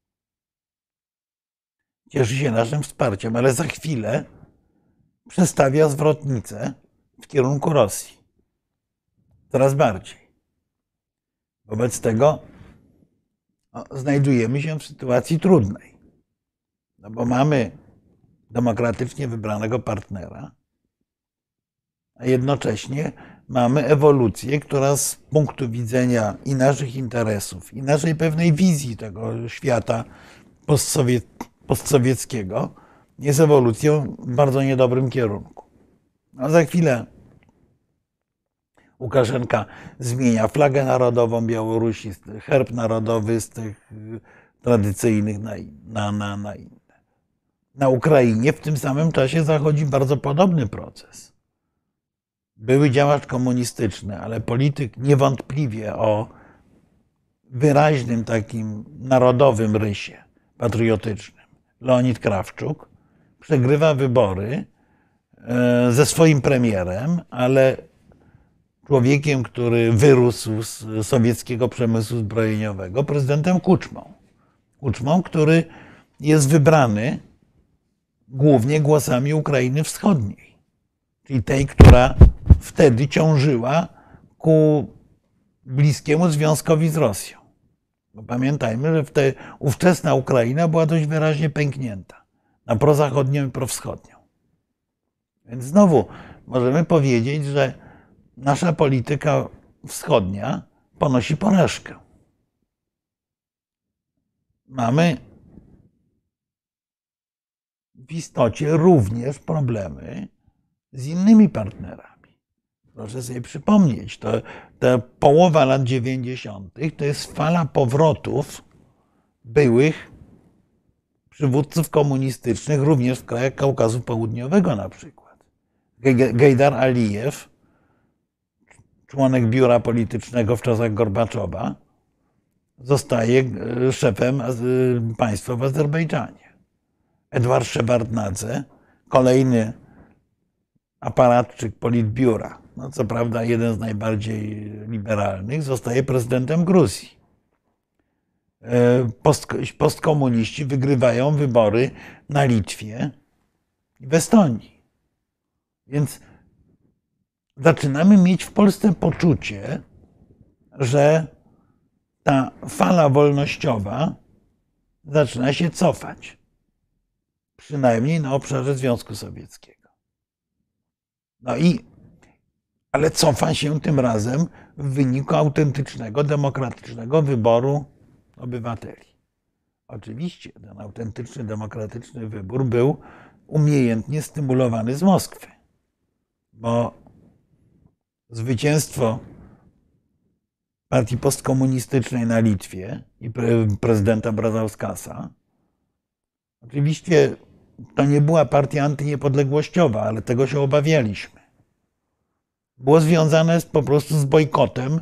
Cieszy się naszym wsparciem, ale za chwilę przestawia zwrotnicę w kierunku Rosji. Coraz bardziej. Wobec tego no, znajdujemy się w sytuacji trudnej. No bo mamy demokratycznie wybranego partnera, a jednocześnie mamy ewolucję, która z punktu widzenia i naszych interesów, i naszej pewnej wizji tego świata postsowiet, postsowieckiego jest ewolucją w bardzo niedobrym kierunku. No za chwilę Łukaszenka zmienia flagę narodową Białorusi, herb narodowy z tych tradycyjnych na, na, na, na inne. Na Ukrainie w tym samym czasie zachodzi bardzo podobny proces. Były działacz komunistyczny, ale polityk niewątpliwie o wyraźnym takim narodowym rysie patriotycznym, Leonid Krawczuk, przegrywa wybory ze swoim premierem, ale człowiekiem, który wyrósł z sowieckiego przemysłu zbrojeniowego, prezydentem Kuczmą. Kuczmą, który jest wybrany głównie głosami Ukrainy Wschodniej, czyli tej, która wtedy ciążyła ku bliskiemu związkowi z Rosją. Bo pamiętajmy, że te, ówczesna Ukraina była dość wyraźnie pęknięta na prozachodnią i prowschodnią. Więc znowu możemy powiedzieć, że nasza polityka wschodnia ponosi porażkę. Mamy w istocie również problemy z innymi partnerami. Proszę sobie przypomnieć, to, to połowa lat dziewięćdziesiątych to jest fala powrotów byłych przywódców komunistycznych, również w krajach Kaukazu Południowego na przykład. Gejdar Alijew, członek biura politycznego w czasach Gorbaczowa, zostaje szefem państwa w Azerbejdżanie. Edward Szewardnadze, kolejny aparatczyk politbiura, no co prawda jeden z najbardziej liberalnych, zostaje prezydentem Gruzji. Post, postkomuniści wygrywają wybory na Litwie i w Estonii. Więc zaczynamy mieć w Polsce poczucie, że ta fala wolnościowa zaczyna się cofać. Przynajmniej na obszarze Związku Sowieckiego. No i, ale cofa się tym razem w wyniku autentycznego, demokratycznego wyboru obywateli. Oczywiście ten autentyczny, demokratyczny wybór był umiejętnie stymulowany z Moskwy, bo zwycięstwo partii postkomunistycznej na Litwie i prezydenta Brazauskasa, oczywiście to nie była partia antyniepodległościowa, ale tego się obawialiśmy. Było związane po prostu z bojkotem,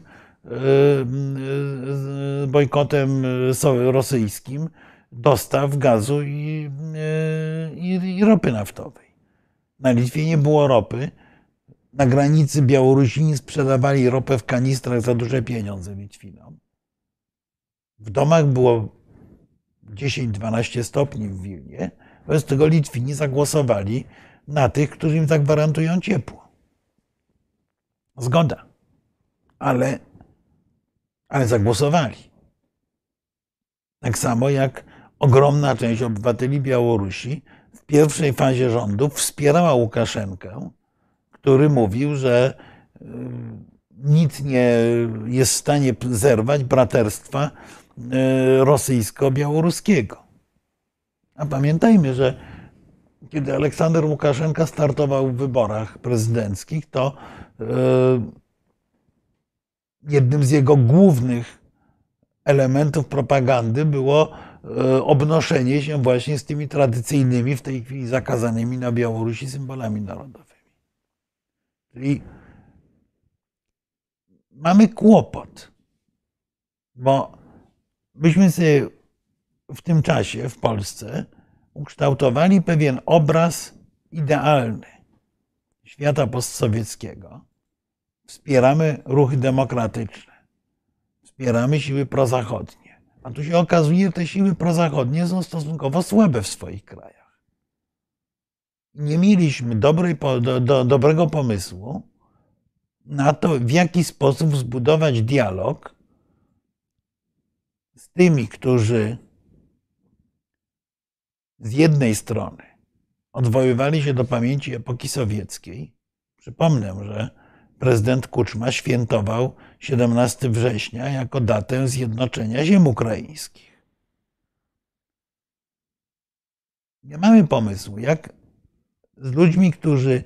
z bojkotem rosyjskim dostaw gazu i, i, i ropy naftowej. Na Litwie nie było ropy. Na granicy Białorusini sprzedawali ropę w kanistrach za duże pieniądze Litwinom. W domach było dziesięć dwanaście stopni w Wilnie. Wobec tego Litwini zagłosowali na tych, którzy im zagwarantują ciepło. Zgoda. Ale, ale zagłosowali. Tak samo jak ogromna część obywateli Białorusi w pierwszej fazie rządów wspierała Łukaszenkę, który mówił, że nic nie jest w stanie zerwać braterstwa rosyjsko-białoruskiego. A pamiętajmy, że kiedy Aleksander Łukaszenka startował w wyborach prezydenckich, to jednym z jego głównych elementów propagandy było obnoszenie się właśnie z tymi tradycyjnymi, w tej chwili zakazanymi na Białorusi symbolami narodowymi. Czyli mamy kłopot, bo myśmy sobie w tym czasie w Polsce ukształtowali pewien obraz idealny świata postsowieckiego. Wspieramy ruchy demokratyczne, wspieramy siły prozachodnie. A tu się okazuje, że te siły prozachodnie są stosunkowo słabe w swoich krajach. Nie mieliśmy dobrej, do, do, dobrego pomysłu na to, w jaki sposób zbudować dialog z tymi, którzy z jednej strony odwoływali się do pamięci epoki sowieckiej. Przypomnę, że prezydent Kuczma świętował siedemnastego września jako datę zjednoczenia ziem ukraińskich. Nie mamy pomysłu, jak z ludźmi, którzy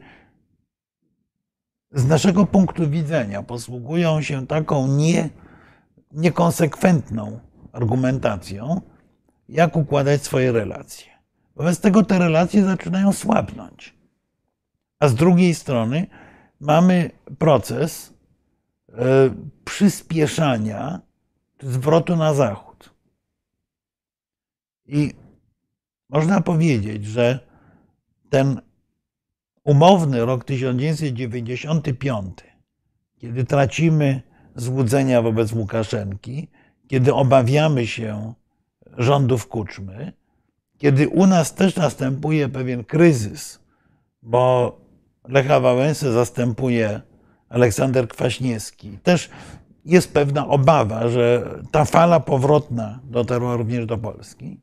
z naszego punktu widzenia posługują się taką nie, niekonsekwentną argumentacją, jak układać swoje relacje. Wobec tego te relacje zaczynają słabnąć. A z drugiej strony mamy proces przyspieszania zwrotu na zachód. I można powiedzieć, że ten umowny rok tysiąc dziewięćset dziewięćdziesiąty piąty, kiedy tracimy złudzenia wobec Łukaszenki, kiedy obawiamy się rządów Kuczmy, kiedy u nas też następuje pewien kryzys, bo Lecha Wałęsę zastępuje Aleksander Kwaśniewski. Też jest pewna obawa, że ta fala powrotna dotarła również do Polski.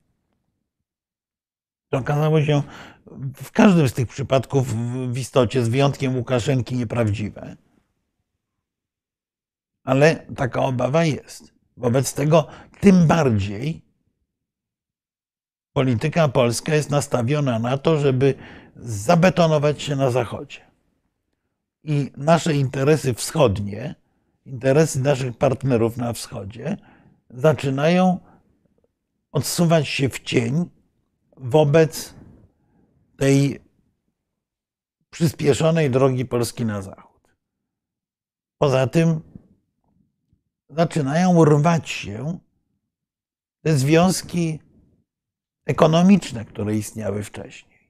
To okazało się w każdym z tych przypadków w istocie, z wyjątkiem Łukaszenki, nieprawdziwe. Ale taka obawa jest. Wobec tego tym bardziej polityka polska jest nastawiona na to, żeby zabetonować się na Zachodzie. I nasze interesy wschodnie, interesy naszych partnerów na wschodzie zaczynają odsuwać się w cień wobec tej przyspieszonej drogi Polski na zachód. Poza tym zaczynają rwać się te związki ekonomiczne, które istniały wcześniej.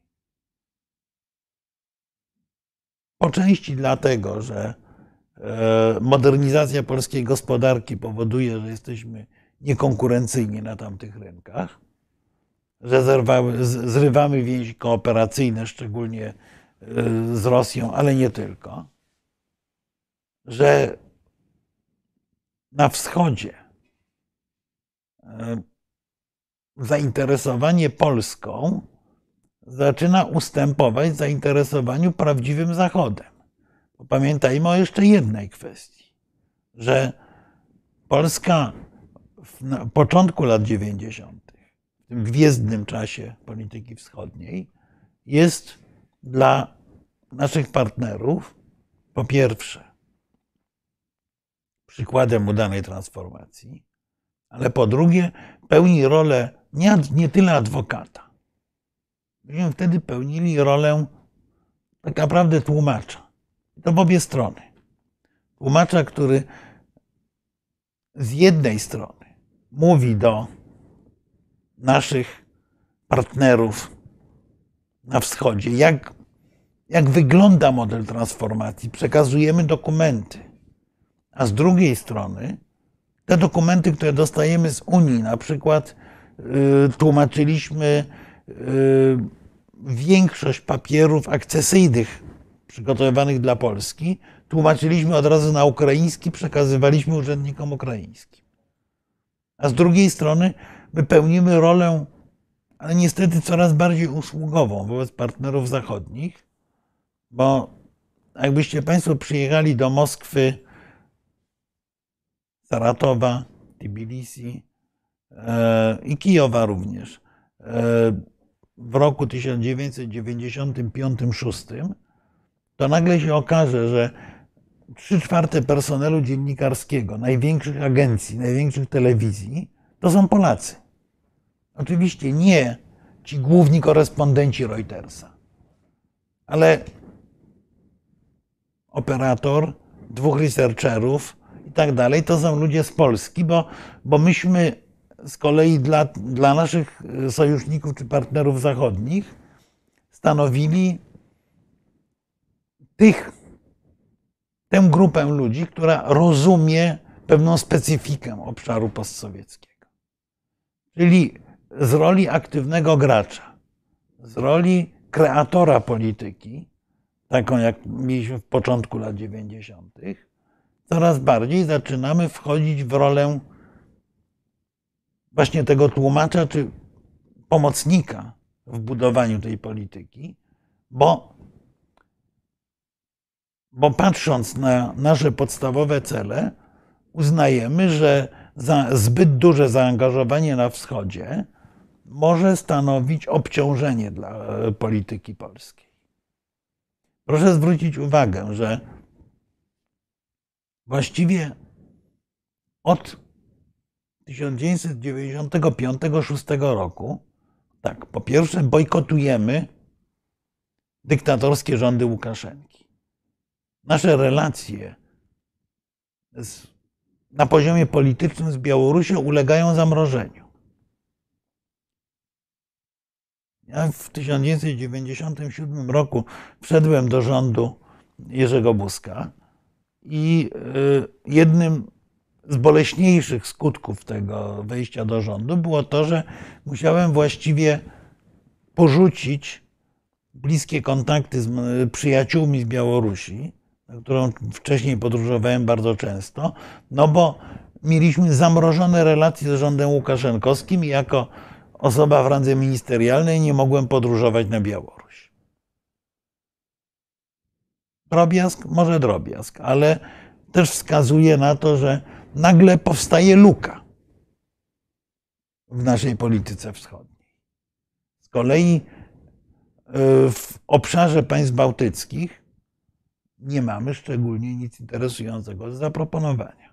Po części dlatego, że modernizacja polskiej gospodarki powoduje, że jesteśmy niekonkurencyjni na tamtych rynkach, że zerwały, zrywamy więzi kooperacyjne, szczególnie z Rosją, ale nie tylko, że na wschodzie zainteresowanie Polską zaczyna ustępować zainteresowaniu prawdziwym Zachodem. Bo pamiętajmy o jeszcze jednej kwestii, że Polska na początku lat dziewięćdziesiątych, w tym gwiezdnym czasie polityki wschodniej, jest dla naszych partnerów po pierwsze przykładem udanej transformacji, ale po drugie pełni rolę nie, nie tyle adwokata. Myśmy wtedy pełnili rolę tak naprawdę tłumacza. To w obie strony. Tłumacza, który z jednej strony mówi do naszych partnerów na wschodzie, jak, jak wygląda model transformacji, przekazujemy dokumenty, a z drugiej strony te dokumenty, które dostajemy z Unii, na przykład yy, tłumaczyliśmy yy, większość papierów akcesyjnych przygotowywanych dla Polski, tłumaczyliśmy od razu na ukraiński, przekazywaliśmy urzędnikom ukraińskim. A z drugiej strony my pełnimy rolę, ale niestety coraz bardziej usługową wobec partnerów zachodnich, bo jakbyście Państwo przyjechali do Moskwy, Saratowa, Tbilisi e, i Kijowa również e, w roku tysiąc dziewięćset dziewięćdziesiątym piątym szóstym, to nagle się okaże, że trzy czwarte personelu dziennikarskiego największych agencji, największych telewizji to są Polacy. Oczywiście nie ci główni korespondenci Reutersa, ale operator, dwóch researcherów i tak dalej, to są ludzie z Polski, bo, bo myśmy z kolei dla, dla naszych sojuszników czy partnerów zachodnich stanowili tych, tę grupę ludzi, która rozumie pewną specyfikę obszaru postsowieckiego. Czyli z roli aktywnego gracza, z roli kreatora polityki, taką jak mieliśmy w początku lat dziewięćdziesiątych, coraz bardziej zaczynamy wchodzić w rolę właśnie tego tłumacza czy pomocnika w budowaniu tej polityki, bo, bo patrząc na nasze podstawowe cele, uznajemy, że za zbyt duże zaangażowanie na wschodzie może stanowić obciążenie dla polityki polskiej. Proszę zwrócić uwagę, że właściwie od tysiąc dziewięćset dziewięćdziesiątego piątego do szóstego roku, tak, po pierwsze bojkotujemy dyktatorskie rządy Łukaszenki. Nasze relacje z, na poziomie politycznym z Białorusią ulegają zamrożeniu. Ja w tysiąc dziewięćset dziewięćdziesiątym siódmym roku wszedłem do rządu Jerzego Buzka i jednym z boleśniejszych skutków tego wejścia do rządu było to, że musiałem właściwie porzucić bliskie kontakty z przyjaciółmi z Białorusi, na którą wcześniej podróżowałem bardzo często, no bo mieliśmy zamrożone relacje z rządem łukaszenkowskim i jako osoba w randze ministerialnej nie mogłem podróżować na Białoruś. Drobiazg? Może drobiazg, ale też wskazuje na to, że nagle powstaje luka w naszej polityce wschodniej. Z kolei w obszarze państw bałtyckich nie mamy szczególnie nic interesującego do zaproponowania.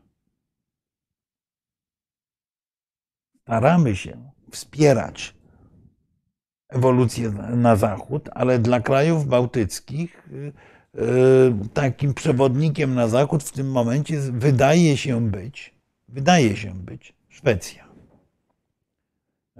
Staramy się wspierać ewolucję na zachód, ale dla krajów bałtyckich takim przewodnikiem na zachód w tym momencie wydaje się być, wydaje się być Szwecja.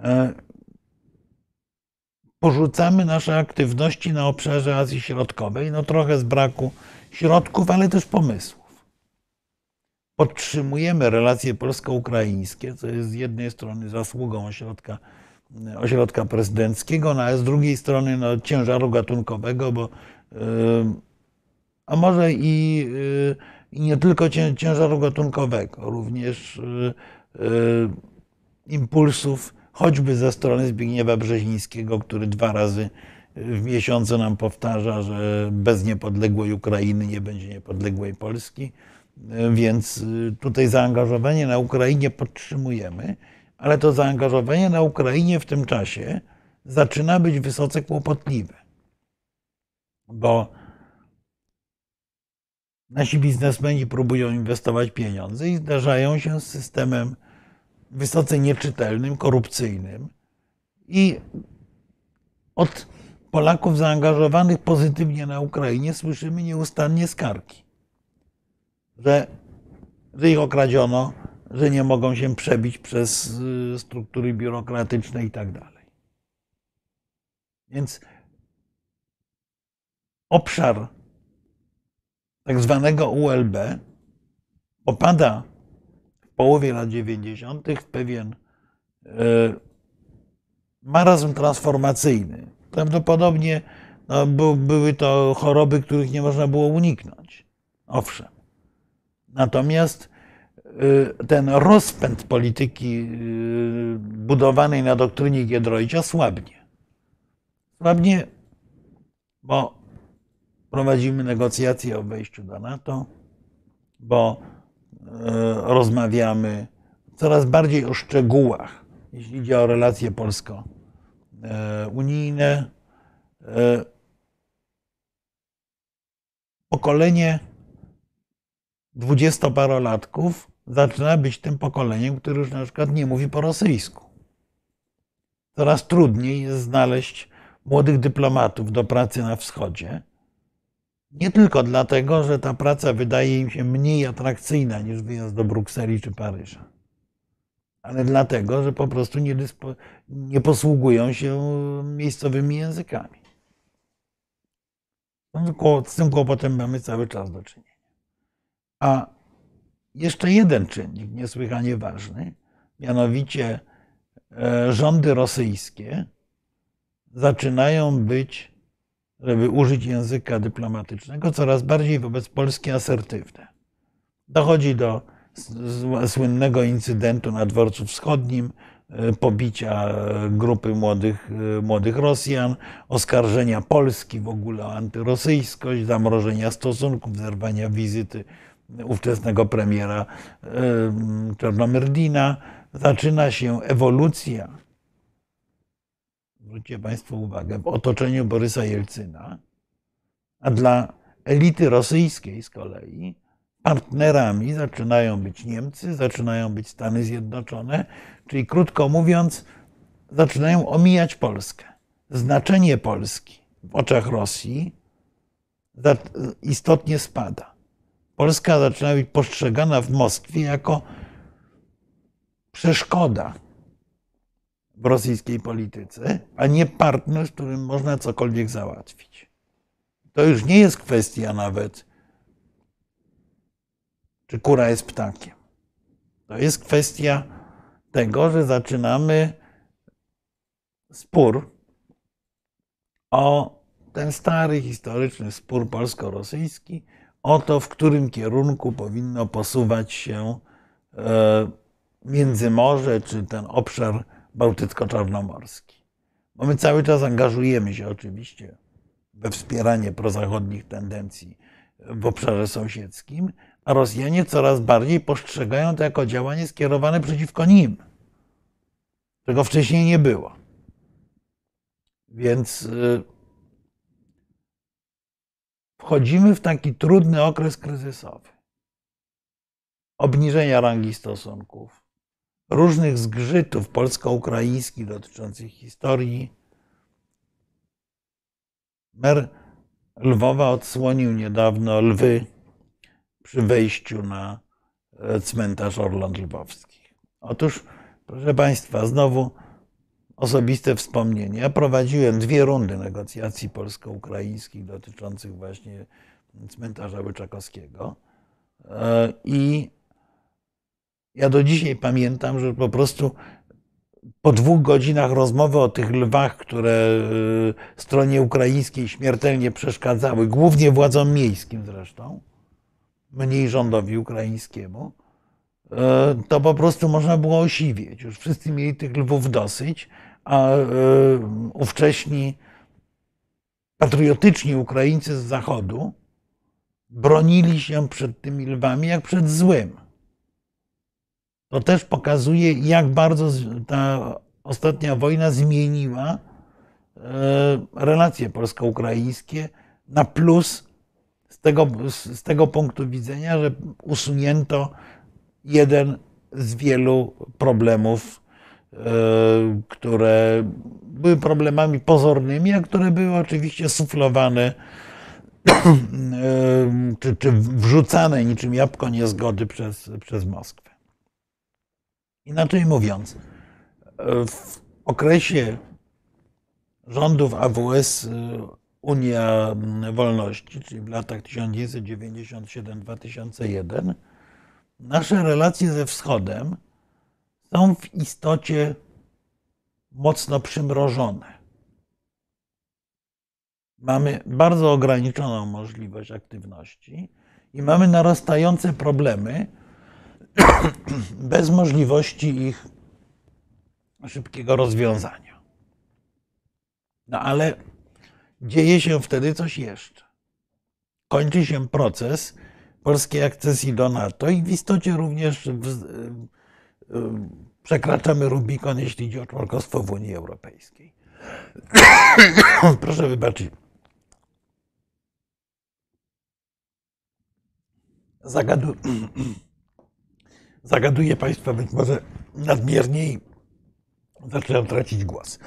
porzucamy nasze aktywności na obszarze Azji Środkowej, no trochę z braku środków, ale też pomysłów. Podtrzymujemy relacje polsko-ukraińskie, co jest z jednej strony zasługą ośrodka, ośrodka prezydenckiego, no ale z drugiej strony no, ciężaru gatunkowego, bo yy, a może i, yy, i nie tylko ciężaru gatunkowego, również yy, yy, impulsów choćby ze strony Zbigniewa Brzezińskiego, który dwa razy w miesiącu nam powtarza, że bez niepodległej Ukrainy nie będzie niepodległej Polski. Więc tutaj zaangażowanie na Ukrainie podtrzymujemy, ale to zaangażowanie na Ukrainie w tym czasie zaczyna być wysoce kłopotliwe, bo nasi biznesmeni próbują inwestować pieniądze i zdarzają się z systemem wysoce nieczytelnym, korupcyjnym i od Polaków zaangażowanych pozytywnie na Ukrainie słyszymy nieustannie skargi, że, że ich okradziono, że nie mogą się przebić przez struktury biurokratyczne i tak dalej. Więc obszar tak zwanego U L B popada w połowie lat dziewięćdziesiątych w pewien marazm transformacyjny. Prawdopodobnie no, były to choroby, których nie można było uniknąć. Owszem. Natomiast ten rozpęd polityki budowanej na doktrynie Giedroycia słabnie. Słabnie, bo prowadzimy negocjacje o wejściu do NATO, bo rozmawiamy coraz bardziej o szczegółach, jeśli idzie o relacje polsko-unijne. Pokolenie dwudziestoparolatków zaczyna być tym pokoleniem, które już na przykład nie mówi po rosyjsku. Coraz trudniej jest znaleźć młodych dyplomatów do pracy na wschodzie. Nie tylko dlatego, że ta praca wydaje im się mniej atrakcyjna niż wyjazd do Brukseli czy Paryża, ale dlatego, że po prostu nie, dyspo, nie posługują się miejscowymi językami. Z tym kłopotem mamy cały czas do czynienia. A jeszcze jeden czynnik niesłychanie ważny, mianowicie rządy rosyjskie zaczynają być, żeby użyć języka dyplomatycznego, coraz bardziej wobec Polski asertywne. Dochodzi do słynnego incydentu na Dworcu Wschodnim, pobicia grupy młodych, młodych Rosjan, oskarżenia Polski w ogóle o antyrosyjskość, zamrożenia stosunków, zerwania wizyty ówczesnego premiera Czarnomyrdina. Zaczyna się ewolucja, zwróćcie Państwo uwagę, w otoczeniu Borysa Jelcyna, a dla elity rosyjskiej z kolei partnerami zaczynają być Niemcy, zaczynają być Stany Zjednoczone, czyli krótko mówiąc, zaczynają omijać Polskę. Znaczenie Polski w oczach Rosji istotnie spada. Polska zaczyna być postrzegana w Moskwie jako przeszkoda w rosyjskiej polityce, a nie partner, z którym można cokolwiek załatwić. To już nie jest kwestia nawet, czy kura jest ptakiem. To jest kwestia tego, że zaczynamy spór o ten stary, historyczny spór polsko-rosyjski, o to, w którym kierunku powinno posuwać się Międzymorze, czy ten obszar bałtycko-czarnomorski. Bo my cały czas angażujemy się oczywiście we wspieranie prozachodnich tendencji w obszarze sąsiedzkim, a Rosjanie coraz bardziej postrzegają to jako działanie skierowane przeciwko nim, czego wcześniej nie było. Więc wchodzimy w taki trudny okres kryzysowy. Obniżenia rangi stosunków, różnych zgrzytów polsko-ukraińskich dotyczących historii. Mer Lwowa odsłonił niedawno lwy przy wejściu na cmentarz Orląt Lwowskich. Otóż, proszę Państwa, znowu osobiste wspomnienie. Ja prowadziłem dwie rundy negocjacji polsko-ukraińskich dotyczących właśnie cmentarza Łyczakowskiego. I ja do dzisiaj pamiętam, że po prostu po dwóch godzinach rozmowy o tych lwach, które stronie ukraińskiej śmiertelnie przeszkadzały, głównie władzom miejskim zresztą, mniej rządowi ukraińskiemu, to po prostu można było osiwieć. Już wszyscy mieli tych lwów dosyć, a ówcześni patriotyczni Ukraińcy z Zachodu bronili się przed tymi lwami jak przed złym. To też pokazuje, jak bardzo ta ostatnia wojna zmieniła relacje polsko-ukraińskie na plus z tego, z tego punktu widzenia, że usunięto jeden z wielu problemów, które były problemami pozornymi, a które były oczywiście suflowane czy, czy wrzucane niczym jabłko niezgody przez, przez Moskwę. Inaczej mówiąc, w okresie rządów A W S Unia Wolności, czyli w latach tysiąc dziewięćset dziewięćdziesiąt siedem do dwa tysiące jeden, nasze relacje ze Wschodem są w istocie mocno przymrożone. Mamy bardzo ograniczoną możliwość aktywności i mamy narastające problemy bez możliwości ich szybkiego rozwiązania. No ale dzieje się wtedy coś jeszcze. Kończy się proces polskiej akcesji do NATO i w istocie również przekraczamy Rubikon, jeśli chodzi o członkostwo w Unii Europejskiej. Proszę wybaczyć. Zagadu... Zagaduję Państwa być może nadmiernie i zaczynam tracić głos.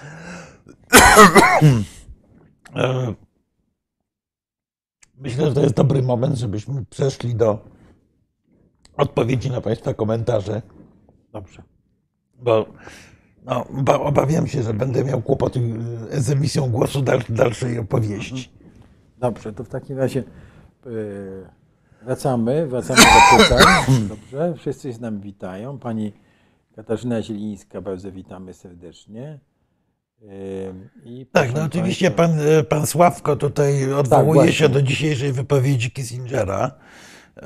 Myślę, że to jest dobry moment, żebyśmy przeszli do odpowiedzi na Państwa komentarze. Dobrze. Bo no, obawiam się, że będę miał kłopoty z emisją głosu dalszej opowieści. Dobrze, to w takim razie yy, wracamy, wracamy do pytań. Dobrze, wszyscy się z nami witają. Pani Katarzyna Zielińska, bardzo witamy serdecznie. Yy, i tak, no oczywiście Państwa... pan, pan Sławko tutaj odwołuje tak, się do dzisiejszej wypowiedzi Kissingera. Yy,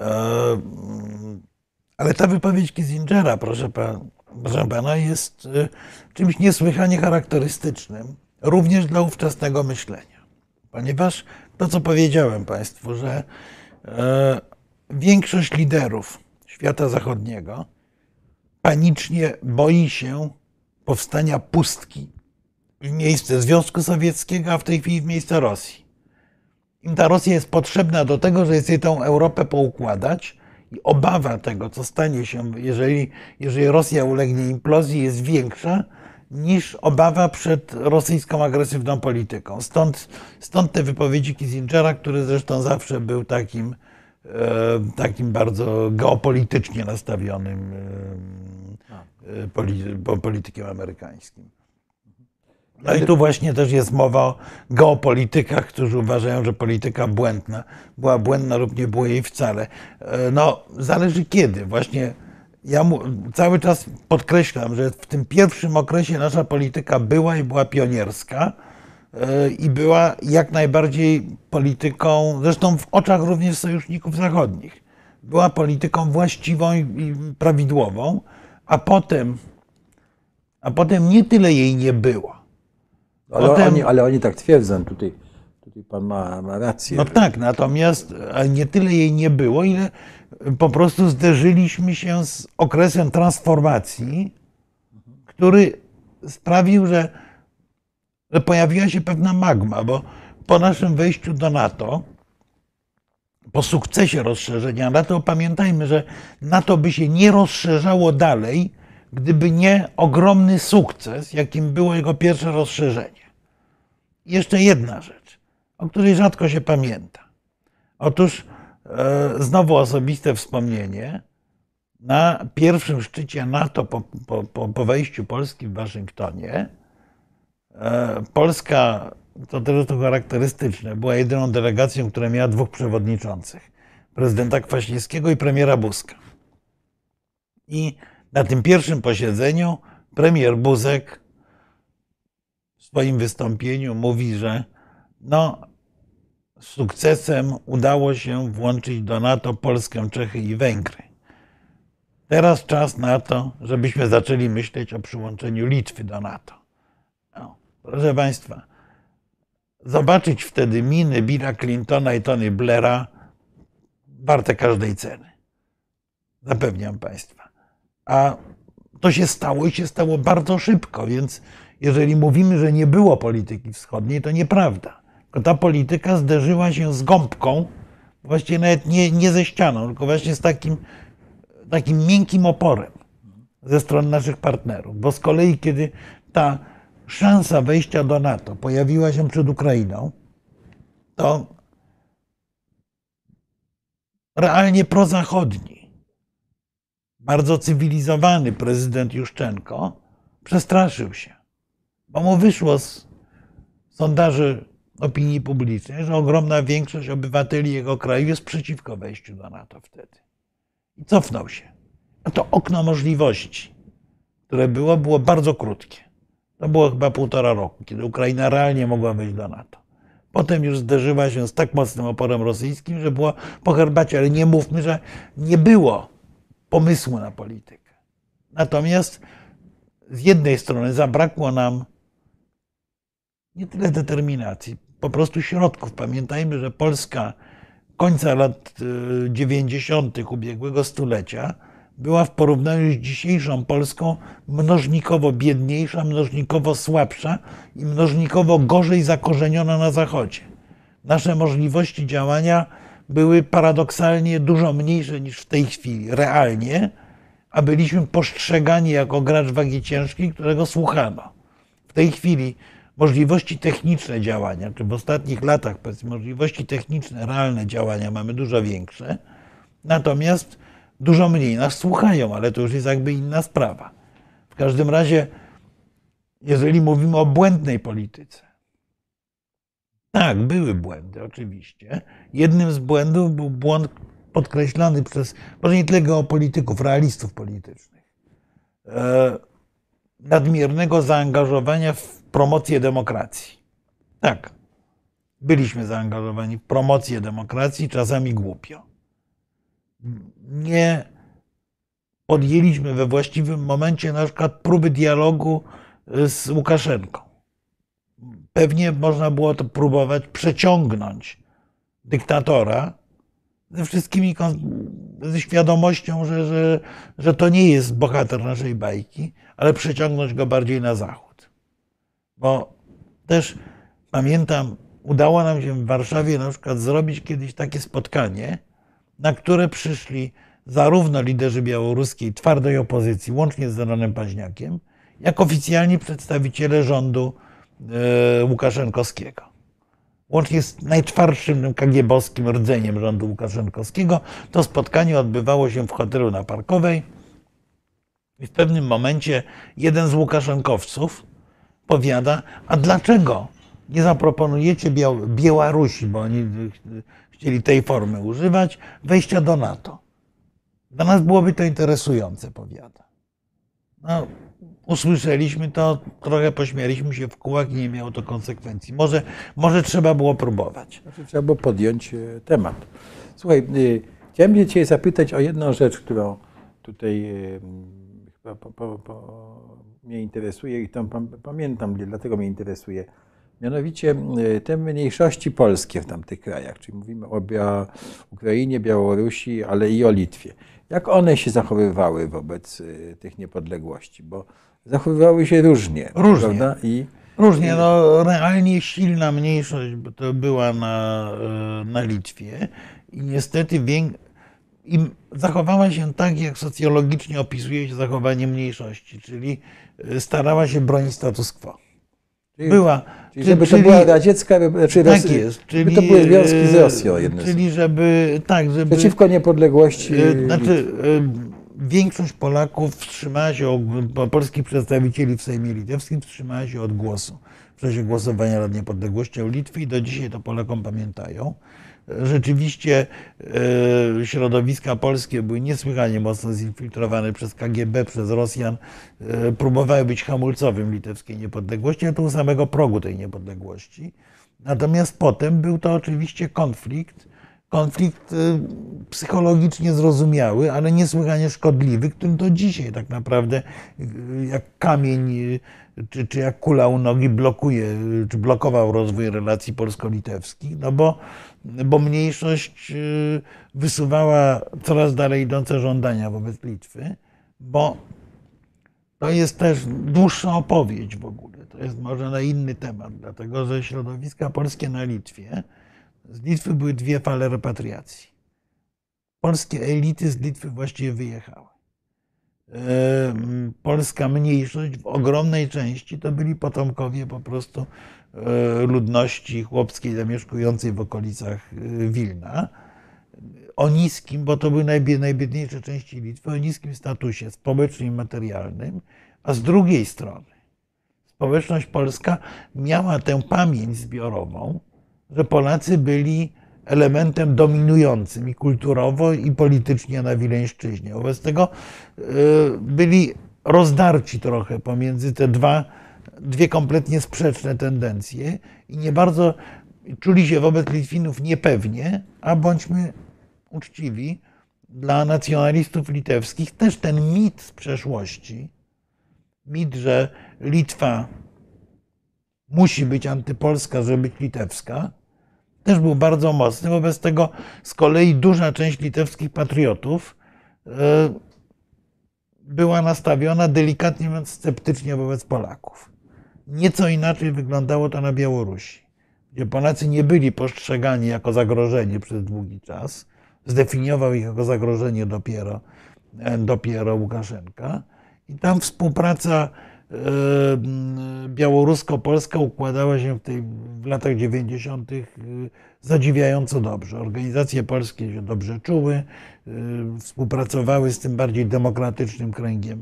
ale ta wypowiedź Kissingera, proszę pana, proszę pana, jest czymś niesłychanie charakterystycznym, również dla ówczesnego myślenia. Ponieważ to, co powiedziałem Państwu, że e, większość liderów świata zachodniego panicznie boi się powstania pustki w miejsce Związku Sowieckiego, a w tej chwili w miejsce Rosji. Im ta Rosja jest potrzebna do tego, że chce tą Europę poukładać, i obawa tego, co stanie się, jeżeli, jeżeli Rosja ulegnie implozji, jest większa niż obawa przed rosyjską agresywną polityką. Stąd, stąd te wypowiedzi Kissingera, który zresztą zawsze był takim, e, takim bardzo geopolitycznie nastawionym e, poli, politykiem amerykańskim. No i tu właśnie też jest mowa o geopolitykach, którzy uważają, że polityka błędna była błędna lub nie było jej wcale. No, zależy kiedy. Właśnie ja mu, cały czas podkreślam, że w tym pierwszym okresie nasza polityka była i była pionierska i była jak najbardziej polityką, zresztą w oczach również sojuszników zachodnich, była polityką właściwą i prawidłową, a potem, a potem nie tyle jej nie było. Ale, Potem, oni, ale oni tak twierdzą, tutaj, tutaj pan ma, ma rację. No tak, natomiast nie tyle jej nie było, ile po prostu zderzyliśmy się z okresem transformacji, który sprawił, że, że pojawiła się pewna magma, bo po naszym wejściu do NATO, po sukcesie rozszerzenia NATO, pamiętajmy, że NATO by się nie rozszerzało dalej, gdyby nie ogromny sukces, jakim było jego pierwsze rozszerzenie. I jeszcze jedna rzecz, o której rzadko się pamięta. Otóż e, znowu osobiste wspomnienie. Na pierwszym szczycie NATO po, po, po wejściu Polski w Waszyngtonie Polska, to też to charakterystyczne, była jedyną delegacją, która miała dwóch przewodniczących. Prezydenta Kwaśniewskiego i premiera Buzka. I na tym pierwszym posiedzeniu premier Buzek w swoim wystąpieniu mówi, że no, z sukcesem udało się włączyć do NATO Polskę, Czechy i Węgry. Teraz czas na to, żebyśmy zaczęli myśleć o przyłączeniu Litwy do NATO. No, proszę Państwa, zobaczyć wtedy miny Billa Clintona i Tony Blaira warte każdej ceny. Zapewniam Państwa. A to się stało i się stało bardzo szybko, więc jeżeli mówimy, że nie było polityki wschodniej, to nieprawda. Tylko ta polityka zderzyła się z gąbką, właściwie nawet nie, nie ze ścianą, tylko właśnie z takim, takim miękkim oporem ze strony naszych partnerów. Bo z kolei, kiedy ta szansa wejścia do NATO pojawiła się przed Ukrainą, to realnie prozachodni, bardzo cywilizowany prezydent Juszczenko przestraszył się, bo mu wyszło z sondaży opinii publicznej, że ogromna większość obywateli jego kraju jest przeciwko wejściu do NATO wtedy. I cofnął się. A to okno możliwości, które było, było bardzo krótkie. To było chyba półtora roku, kiedy Ukraina realnie mogła wejść do NATO. Potem już zderzyła się z tak mocnym oporem rosyjskim, że było po herbacie, ale nie mówmy, że nie było pomysłu na politykę. Natomiast z jednej strony zabrakło nam nie tyle determinacji, po prostu środków. Pamiętajmy, że Polska końca lat dziewięćdziesiątych ubiegłego stulecia była w porównaniu z dzisiejszą Polską mnożnikowo biedniejsza, mnożnikowo słabsza i mnożnikowo gorzej zakorzeniona na Zachodzie. Nasze możliwości działania były paradoksalnie dużo mniejsze niż w tej chwili, realnie, a byliśmy postrzegani jako gracz wagi ciężkiej, którego słuchano. W tej chwili możliwości techniczne działania, czy w ostatnich latach możliwości techniczne, realne działania mamy dużo większe, natomiast dużo mniej nas słuchają, ale to już jest jakby inna sprawa. W każdym razie, jeżeli mówimy o błędnej polityce, tak, były błędy oczywiście. Jednym z błędów był błąd podkreślany przez, może nie tyle geopolityków, realistów politycznych, e, nadmiernego zaangażowania w promocję demokracji. Tak, byliśmy zaangażowani w promocję demokracji, czasami głupio. Nie podjęliśmy we właściwym momencie na przykład próby dialogu z Łukaszenką. Pewnie można było to próbować przeciągnąć dyktatora ze wszystkimi, ze świadomością, że, że, że to nie jest bohater naszej bajki, ale przeciągnąć go bardziej na zachód. Bo też pamiętam, udało nam się w Warszawie na przykład zrobić kiedyś takie spotkanie, na które przyszli zarówno liderzy białoruskiej twardej opozycji, łącznie z Zenonem Paźniakiem, jak oficjalni przedstawiciele rządu Łukaszenkowskiego. Łącznie z najtwardszym kagiebowskim rdzeniem rządu Łukaszenkowskiego. To spotkanie odbywało się w hotelu na Parkowej i w pewnym momencie jeden z Łukaszenkowców powiada, a dlaczego nie zaproponujecie Białorusi, bo oni chcieli tej formy używać, wejścia do NATO? Dla nas byłoby to interesujące, powiada. No, usłyszeliśmy to, trochę pośmialiśmy się w kółach i nie miało to konsekwencji. Może, może trzeba było próbować. Znaczy, trzeba było podjąć temat. Słuchaj, chciałem Cię dzisiaj zapytać o jedną rzecz, którą tutaj chyba po, po, po mnie interesuje i tą pamiętam, dlatego mnie interesuje. Mianowicie te mniejszości polskie w tamtych krajach, czyli mówimy o Bia- Ukrainie, Białorusi, ale i o Litwie. Jak one się zachowywały wobec tych niepodległości? Bo zachowywały się różnie. Różnie. Prawda? I, Różnie. No, realnie silna mniejszość to była na, na Litwie i niestety wiek, i zachowała się tak, jak socjologicznie opisuje się zachowanie mniejszości, czyli starała się bronić status quo. Czyli, była, czyli żeby czyli, to była radziecka, czy tak jest, czyli, żeby to były związki z Rosją. Jedne czyli żeby, tak, żeby... Przeciwko niepodległości Znaczy, większość Polaków wstrzymała się, polskich przedstawicieli w Sejmie Litewskim wstrzymała się od głosu w czasie głosowania nad niepodległością Litwy i do dzisiaj to Polakom pamiętają. Rzeczywiście środowiska polskie były niesłychanie mocno zinfiltrowane przez K G B, przez Rosjan. Próbowały być hamulcowym litewskiej niepodległości, a to u samego progu tej niepodległości. Natomiast potem był to oczywiście konflikt, konflikt psychologicznie zrozumiały, ale niesłychanie szkodliwy, który do dzisiaj tak naprawdę jak kamień czy, czy jak kula u nogi blokuje, czy blokował rozwój relacji polsko-litewskich, no bo, bo mniejszość wysuwała coraz dalej idące żądania wobec Litwy, bo to jest też dłuższa opowieść w ogóle. To jest może na inny temat, dlatego że środowiska polskie na Litwie, z Litwy były dwie fale repatriacji. Polskie elity z Litwy właściwie wyjechały. Polska mniejszość w ogromnej części to byli potomkowie po prostu ludności chłopskiej zamieszkującej w okolicach Wilna. O niskim, bo to były najbiedniejsze części Litwy, o niskim statusie społecznym i materialnym, a z drugiej strony społeczność polska miała tę pamięć zbiorową, że Polacy byli elementem dominującym i kulturowo, i politycznie na Wileńszczyźnie. Wobec tego byli rozdarci trochę pomiędzy te dwa, dwie kompletnie sprzeczne tendencje i nie bardzo czuli się wobec Litwinów niepewnie, a bądźmy uczciwi, dla nacjonalistów litewskich też ten mit z przeszłości, mit, że Litwa musi być antypolska, żeby być litewska, też był bardzo mocny. Wobec tego z kolei duża część litewskich patriotów była nastawiona, delikatnie mówiąc, sceptycznie wobec Polaków. Nieco inaczej wyglądało to na Białorusi, gdzie Polacy nie byli postrzegani jako zagrożenie przez długi czas. Zdefiniował ich jako zagrożenie dopiero, dopiero Łukaszenka. I tam współpraca białorusko-polska układała się w, tej, w latach dziewięćdziesiątych zadziwiająco dobrze. Organizacje polskie się dobrze czuły, współpracowały z tym bardziej demokratycznym kręgiem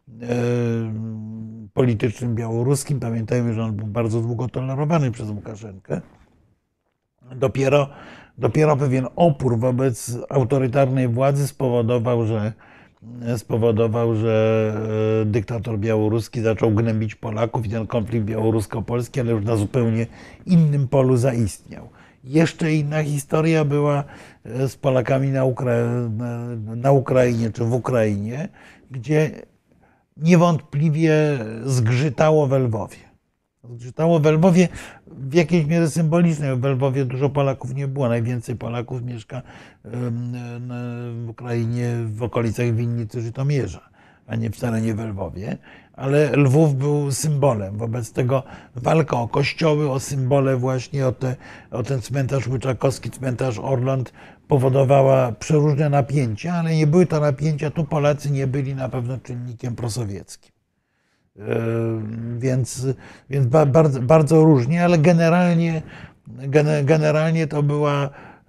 politycznym białoruskim. Pamiętajmy, że on był bardzo długo tolerowany przez Łukaszenkę. Dopiero, dopiero pewien opór wobec autorytarnej władzy spowodował, że spowodował, że dyktator białoruski zaczął gnębić Polaków i ten konflikt białorusko-polski, ale już na zupełnie innym polu zaistniał. Jeszcze inna historia była z Polakami na, Ukra- na Ukrainie czy w Ukrainie, gdzie niewątpliwie zgrzytało we Lwowie. Zgrzytało we Lwowie w jakiejś mierze symbolicznej. W Lwowie dużo Polaków nie było. Najwięcej Polaków mieszka w Ukrainie w okolicach Winnicy, Żytomierza, a nie wcale nie w Lwowie. Ale Lwów był symbolem. Wobec tego walka o kościoły, o symbole właśnie, o, te, o ten cmentarz Łyczakowski, cmentarz Orląt powodowała przeróżne napięcia, ale nie były to napięcia. Tu Polacy nie byli na pewno czynnikiem prosowieckim. Więc, więc bardzo, bardzo różnie, ale generalnie, generalnie to była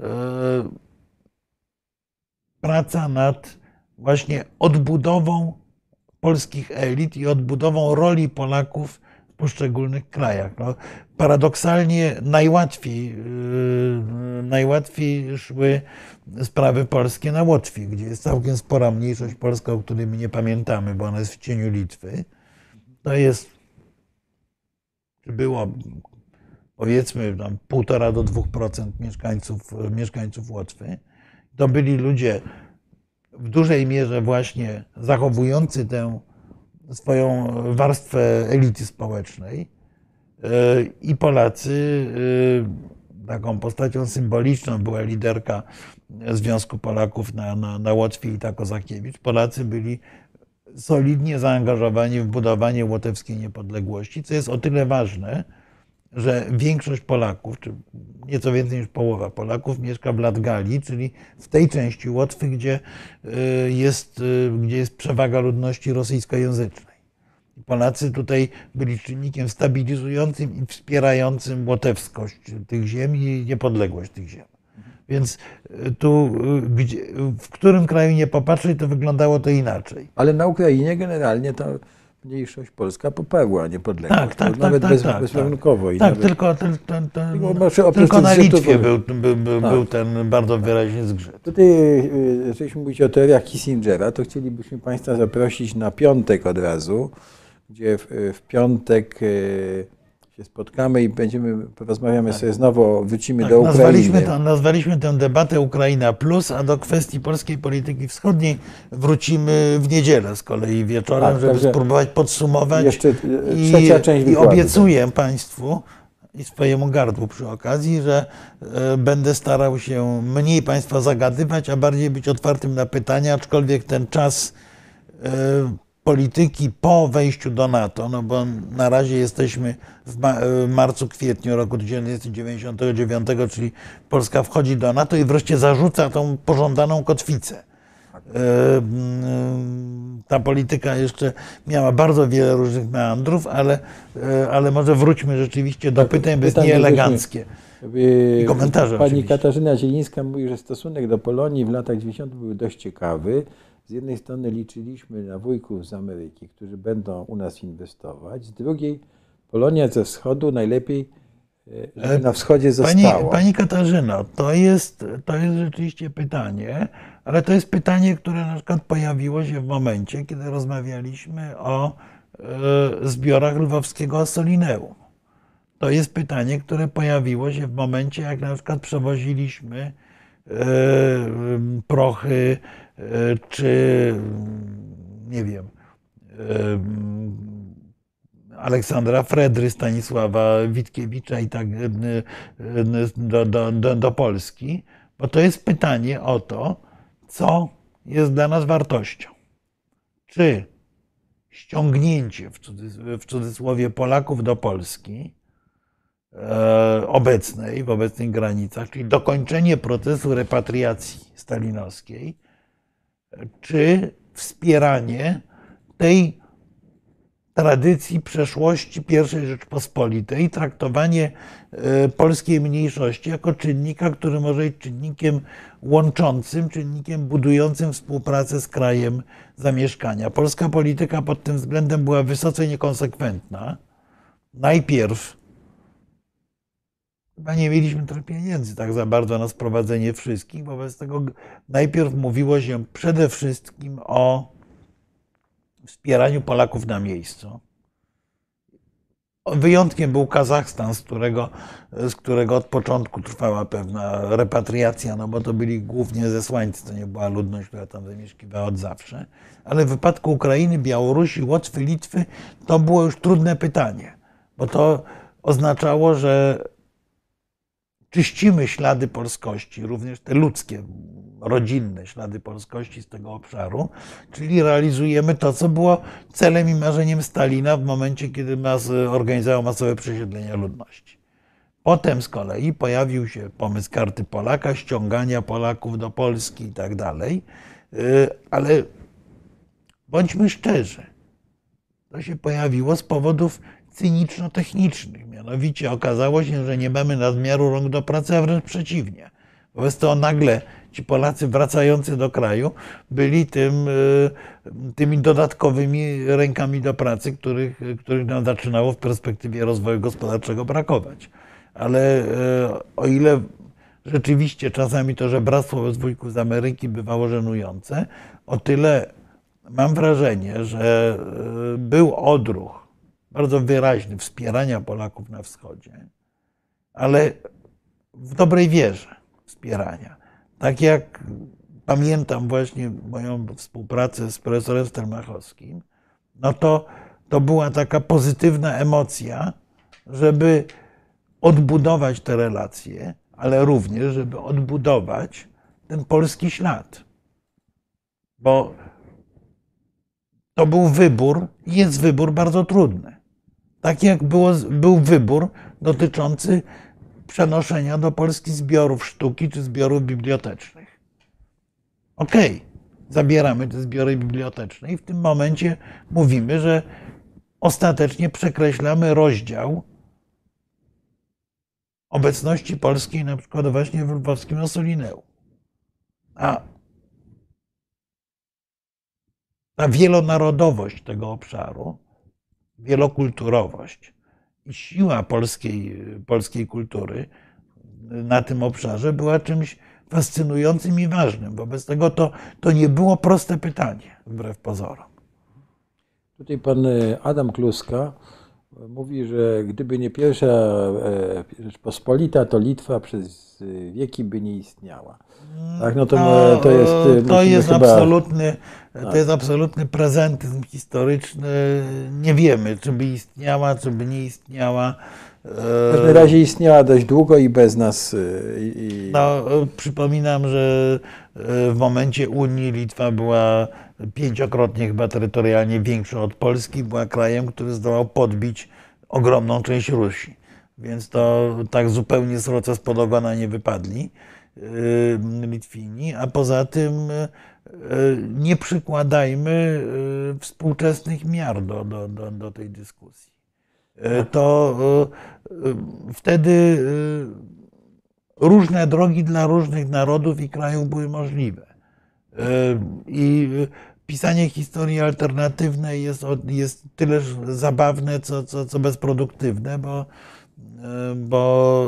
praca nad właśnie odbudową polskich elit i odbudową roli Polaków w poszczególnych krajach. No, paradoksalnie najłatwiej, najłatwiej szły sprawy polskie na Łotwie, gdzie jest całkiem spora mniejszość polska, o której my nie pamiętamy, bo ona jest w cieniu Litwy. To jest, czy było, powiedzmy, tam półtora do dwóch procent mieszkańców, mieszkańców Łotwy. To byli ludzie w dużej mierze właśnie zachowujący tę swoją warstwę elity społecznej. I Polacy, taką postacią symboliczną była liderka Związku Polaków na, na, na Łotwie Ita Kozakiewicz. Polacy byli solidnie zaangażowani w budowanie łotewskiej niepodległości, co jest o tyle ważne, że większość Polaków, czy nieco więcej niż połowa Polaków mieszka w Latgalii, czyli w tej części Łotwy, gdzie jest, gdzie jest przewaga ludności rosyjskojęzycznej. Polacy tutaj byli czynnikiem stabilizującym i wspierającym łotewskość tych ziem i niepodległość tych ziem. Więc tu, gdzie, w którym kraju nie popatrzeć, to wyglądało to inaczej. Ale na Ukrainie generalnie ta mniejszość polska poparła niepodległość. Tak, tak, To nawet tak, bez, tak, bezwarunkowo. tak. I tak nawet, tylko, ten, ten, ten, tylko, może oprócz tylko tych na zgrzytów, Litwie bo- był, był, był, tak. był ten bardzo wyraźny zgrzyt. Tutaj, y, zaczęliśmy mówić o teoriach Kissingera, to chcielibyśmy Państwa zaprosić na piątek od razu, gdzie w, w piątek y, się spotkamy i będziemy, porozmawiamy sobie znowu, wrócimy Tak, do Ukrainy. nazwaliśmy, to, nazwaliśmy tę debatę Ukraina Plus, a do kwestii polskiej polityki wschodniej wrócimy w niedzielę z kolei wieczorem, Tak, żeby także spróbować podsumować. Jeszcze y, I, trzecia część I wykładu. obiecuję Państwu i swojemu gardłu przy okazji, że e, będę starał się mniej Państwa zagadywać, a bardziej być otwartym na pytania, aczkolwiek ten czas e, polityki po wejściu do NATO, no bo na razie jesteśmy w ma- marcu, kwietniu roku tysiąc dziewięćset dziewięćdziesiątego dziewiątego, czyli Polska wchodzi do NATO i wreszcie zarzuca tą pożądaną kotwicę. E, mm, Ta polityka jeszcze miała bardzo wiele różnych meandrów, ale, e, ale może wróćmy rzeczywiście do pytań, bo jest pytań nieeleganckie. Y, I komentarze Pani oczywiście. Katarzyna Zielińska mówi, że stosunek do Polonii w latach dziewięćdziesiątych był dość ciekawy. Z jednej strony liczyliśmy na wujków z Ameryki, którzy będą u nas inwestować. Z drugiej Polonia ze wschodu najlepiej, y, żeby na wschodzie Pani, zostało. Pani Katarzyno, to jest, to jest rzeczywiście pytanie, ale to jest pytanie, które na przykład pojawiło się w momencie, kiedy rozmawialiśmy o e, zbiorach lwowskiego Ossolineum. To jest pytanie, które pojawiło się w momencie, jak na przykład przewoziliśmy e, prochy, e, czy nie wiem, e, Aleksandra Fredry, Stanisława Witkiewicza i tak e, e, do, do, do, do Polski, bo to jest pytanie o to, co jest dla nas wartością. Czy ściągnięcie w cudzysłowie, w cudzysłowie Polaków do Polski e, obecnej, w obecnych granicach, czyli dokończenie procesu repatriacji stalinowskiej, czy wspieranie tej tradycji przeszłości pierwszej Rzeczpospolitej, traktowanie e, polskiej mniejszości jako czynnika, który może być czynnikiem łączącym, czynnikiem budującym współpracę z krajem zamieszkania. Polska polityka pod tym względem była wysoce niekonsekwentna. Najpierw chyba nie mieliśmy trochę pieniędzy tak za bardzo na sprowadzenie wszystkich, wobec tego najpierw mówiło się przede wszystkim o wspieraniu Polaków na miejscu. Wyjątkiem był Kazachstan, z którego, z którego od początku trwała pewna repatriacja, no bo to byli głównie zesłańcy, to nie była ludność, która tam zamieszkiwała od zawsze. Ale w wypadku Ukrainy, Białorusi, Łotwy, Litwy to było już trudne pytanie, bo to oznaczało, że czyścimy ślady polskości, również te ludzkie, rodzinne ślady polskości z tego obszaru, czyli realizujemy to, co było celem i marzeniem Stalina w momencie, kiedy mas, organizował masowe przesiedlenia ludności. Potem z kolei pojawił się pomysł karty Polaka, ściągania Polaków do Polski i tak dalej, ale bądźmy szczerzy, to się pojawiło z powodów cyniczno-technicznych. Mianowicie okazało się, że nie mamy nadmiaru rąk do pracy, a wręcz przeciwnie. Wobec tego nagle ci Polacy wracający do kraju byli tym, tymi dodatkowymi rękami do pracy, których, których nam zaczynało w perspektywie rozwoju gospodarczego brakować. Ale o ile rzeczywiście czasami to żebractwo wobec wujków z Ameryki bywało żenujące, o tyle mam wrażenie, że był odruch bardzo wyraźny wspierania Polaków na wschodzie, ale w dobrej wierze wspierania. Tak jak pamiętam właśnie moją współpracę z profesorem Stelmachowskim, no to, to była taka pozytywna emocja, żeby odbudować te relacje, ale również, żeby odbudować ten polski ślad. Bo to był wybór i jest wybór bardzo trudny. Tak jak było, był wybór dotyczący przenoszenia do Polski zbiorów sztuki czy zbiorów bibliotecznych. Okej, zabieramy te zbiory biblioteczne i w tym momencie mówimy, że ostatecznie przekreślamy rozdział obecności polskiej na przykład właśnie w lwowskim Ossolineum. A ta wielonarodowość tego obszaru, wielokulturowość i siła polskiej, polskiej kultury na tym obszarze była czymś fascynującym i ważnym. Wobec tego to, to nie było proste pytanie, wbrew pozorom. Tutaj pan Adam Kluska mówi, że gdyby nie pierwsza Rzeczpospolita, to Litwa przez wieki by nie istniała. Tak, no to, no, to jest, to jest chyba... absolutny, to jest absolutny prezentyzm historyczny. Nie wiemy, czy by istniała, czy by nie istniała. W każdym razie istniała dość długo i bez nas. I... No, przypominam, że w momencie Unii Litwa była pięciokrotnie chyba terytorialnie większa od Polski, była krajem, który zdołał podbić ogromną część Rusi. Więc to tak zupełnie z roca spod ogona nie wypadli Litwini, a poza tym nie przykładajmy współczesnych miar do, do, do, do tej dyskusji. To wtedy różne drogi dla różnych narodów i krajów były możliwe. I pisanie historii alternatywnej jest, jest tyleż zabawne, co, co, co bezproduktywne, bo, bo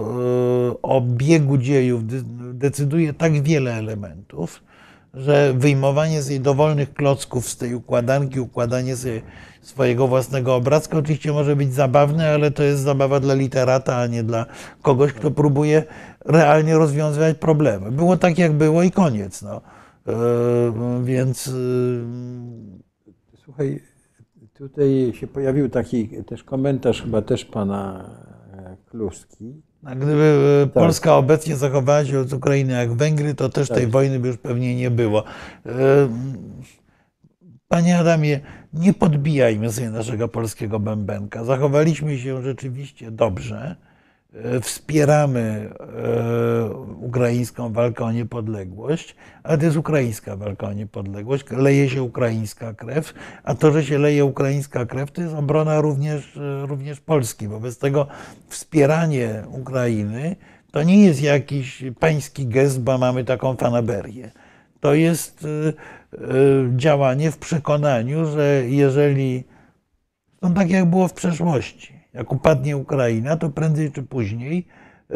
o biegu dziejów decyduje tak wiele elementów, że wyjmowanie sobie dowolnych klocków z tej układanki, układanie sobie swojego własnego obrazka oczywiście może być zabawne, ale to jest zabawa dla literata, a nie dla kogoś, kto próbuje realnie rozwiązywać problemy. Było tak, jak było i koniec. No. Więc... Słuchaj, tutaj się pojawił taki też komentarz chyba też pana Kluski. A gdyby tak. Polska obecnie zachowała się od Ukrainy jak Węgry, to też tak. tej wojny by już pewnie nie było. Panie Adamie, nie podbijajmy sobie naszego polskiego bębenka. Zachowaliśmy się rzeczywiście dobrze. Wspieramy ukraińską walkę o niepodległość, ale to jest ukraińska walka o niepodległość. Leje się ukraińska krew, a to, że się leje ukraińska krew, to jest obrona również, również Polski. Wobec tego wspieranie Ukrainy to nie jest jakiś pański gest, bo mamy taką fanaberię. To jest działanie w przekonaniu, że jeżeli, no tak jak było w przeszłości, jak upadnie Ukraina, to prędzej czy później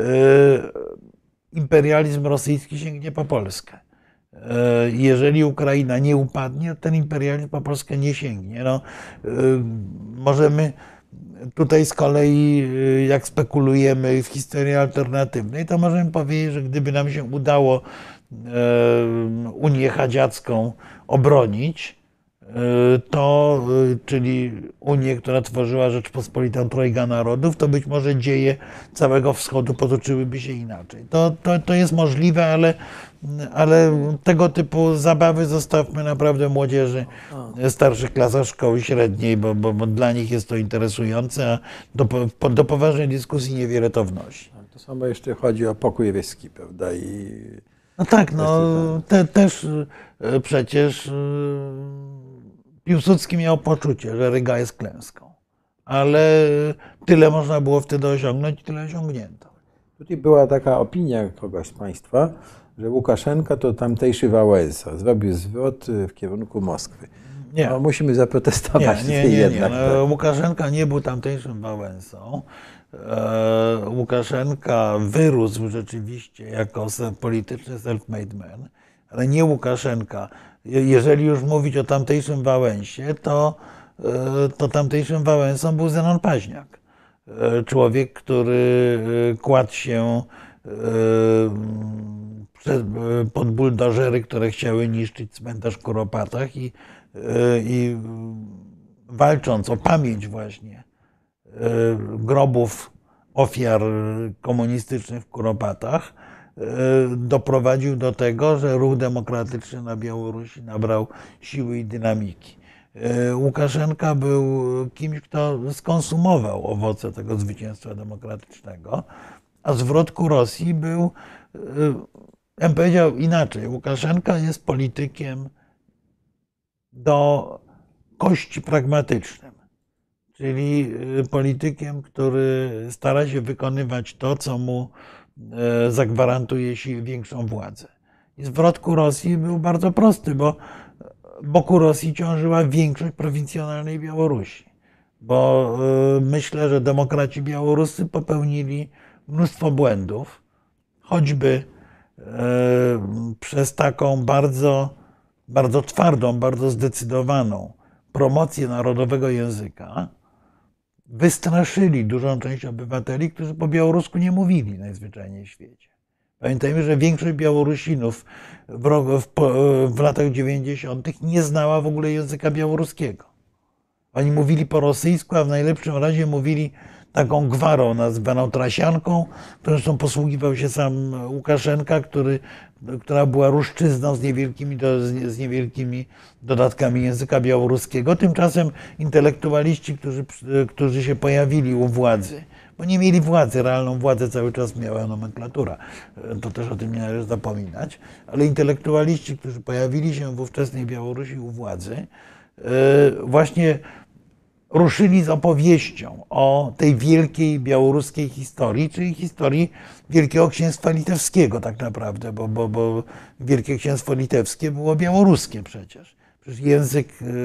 imperializm rosyjski sięgnie po Polskę. Jeżeli Ukraina nie upadnie, to ten imperializm po Polskę nie sięgnie. No, możemy tutaj z kolei, jak spekulujemy w historii alternatywnej, to możemy powiedzieć, że gdyby nam się udało Unię Chadziacką obronić, to, czyli Unię, która tworzyła Rzeczpospolitą Trojga Narodów, to być może dzieje całego Wschodu potoczyłyby się inaczej. To, to, to jest możliwe, ale, ale tego typu zabawy zostawmy naprawdę młodzieży starszych klasach szkoły średniej, bo, bo, bo dla nich jest to interesujące, a do, do poważnej dyskusji niewiele to wnosi. To samo jeszcze chodzi o pokój wieski, prawda? I... No tak, no te, też przecież Piłsudski miał poczucie, że Ryga jest klęską, ale tyle można było wtedy osiągnąć, tyle osiągnięto. Tutaj była taka opinia kogoś z Państwa, że Łukaszenka to tamtejszy Wałęsa, zrobił zwrot w kierunku Moskwy. Nie. No, musimy zaprotestować. Nie, nie, nie, nie. No, Łukaszenka nie był tamtejszym Wałęsą. Łukaszenka wyrósł rzeczywiście jako polityczny self-made man, ale nie Łukaszenka. Jeżeli już mówić o tamtejszym Wałęsie, to, to tamtejszym Wałęsą był Zenon Paźniak. Człowiek, który kładł się pod buldożery, które chciały niszczyć cmentarz w Kuropatach i, i walcząc o pamięć właśnie grobów ofiar komunistycznych w Kuropatach, doprowadził do tego, że ruch demokratyczny na Białorusi nabrał siły i dynamiki. Łukaszenka był kimś, kto skonsumował owoce tego zwycięstwa demokratycznego, a zwrot ku Rosji był, ja bym powiedział inaczej, Łukaszenka jest politykiem do kości pragmatycznym. czyli politykiem, który stara się wykonywać to, co mu zagwarantuje się większą władzę. I zwrot ku Rosji był bardzo prosty, bo boku Rosji ciążyła większość prowincjonalnej Białorusi. Bo myślę, że demokraci białoruscy popełnili mnóstwo błędów, choćby przez taką bardzo, bardzo twardą, bardzo zdecydowaną promocję narodowego języka wystraszyli dużą część obywateli, którzy po białorusku nie mówili najzwyczajniej w świecie. Pamiętajmy, że większość Białorusinów w, w, w latach dziewięćdziesiątych nie znała w ogóle języka białoruskiego. Oni mówili po rosyjsku, a w najlepszym razie mówili taką gwarą nazwaną trasianką, którą zresztą posługiwał się sam Łukaszenka, który, która była ruszczyzną z niewielkimi, do, z niewielkimi dodatkami języka białoruskiego. Tymczasem intelektualiści, którzy, którzy się pojawili u władzy, bo nie mieli władzy, realną władzę cały czas miała nomenklatura, to też o tym nie należy zapominać, ale intelektualiści, którzy pojawili się w ówczesnej Białorusi u władzy, właśnie ruszyli z opowieścią o tej wielkiej białoruskiej historii, czyli historii Wielkiego Księstwa Litewskiego tak naprawdę, bo, bo, bo Wielkie Księstwo Litewskie było białoruskie przecież. Przecież język,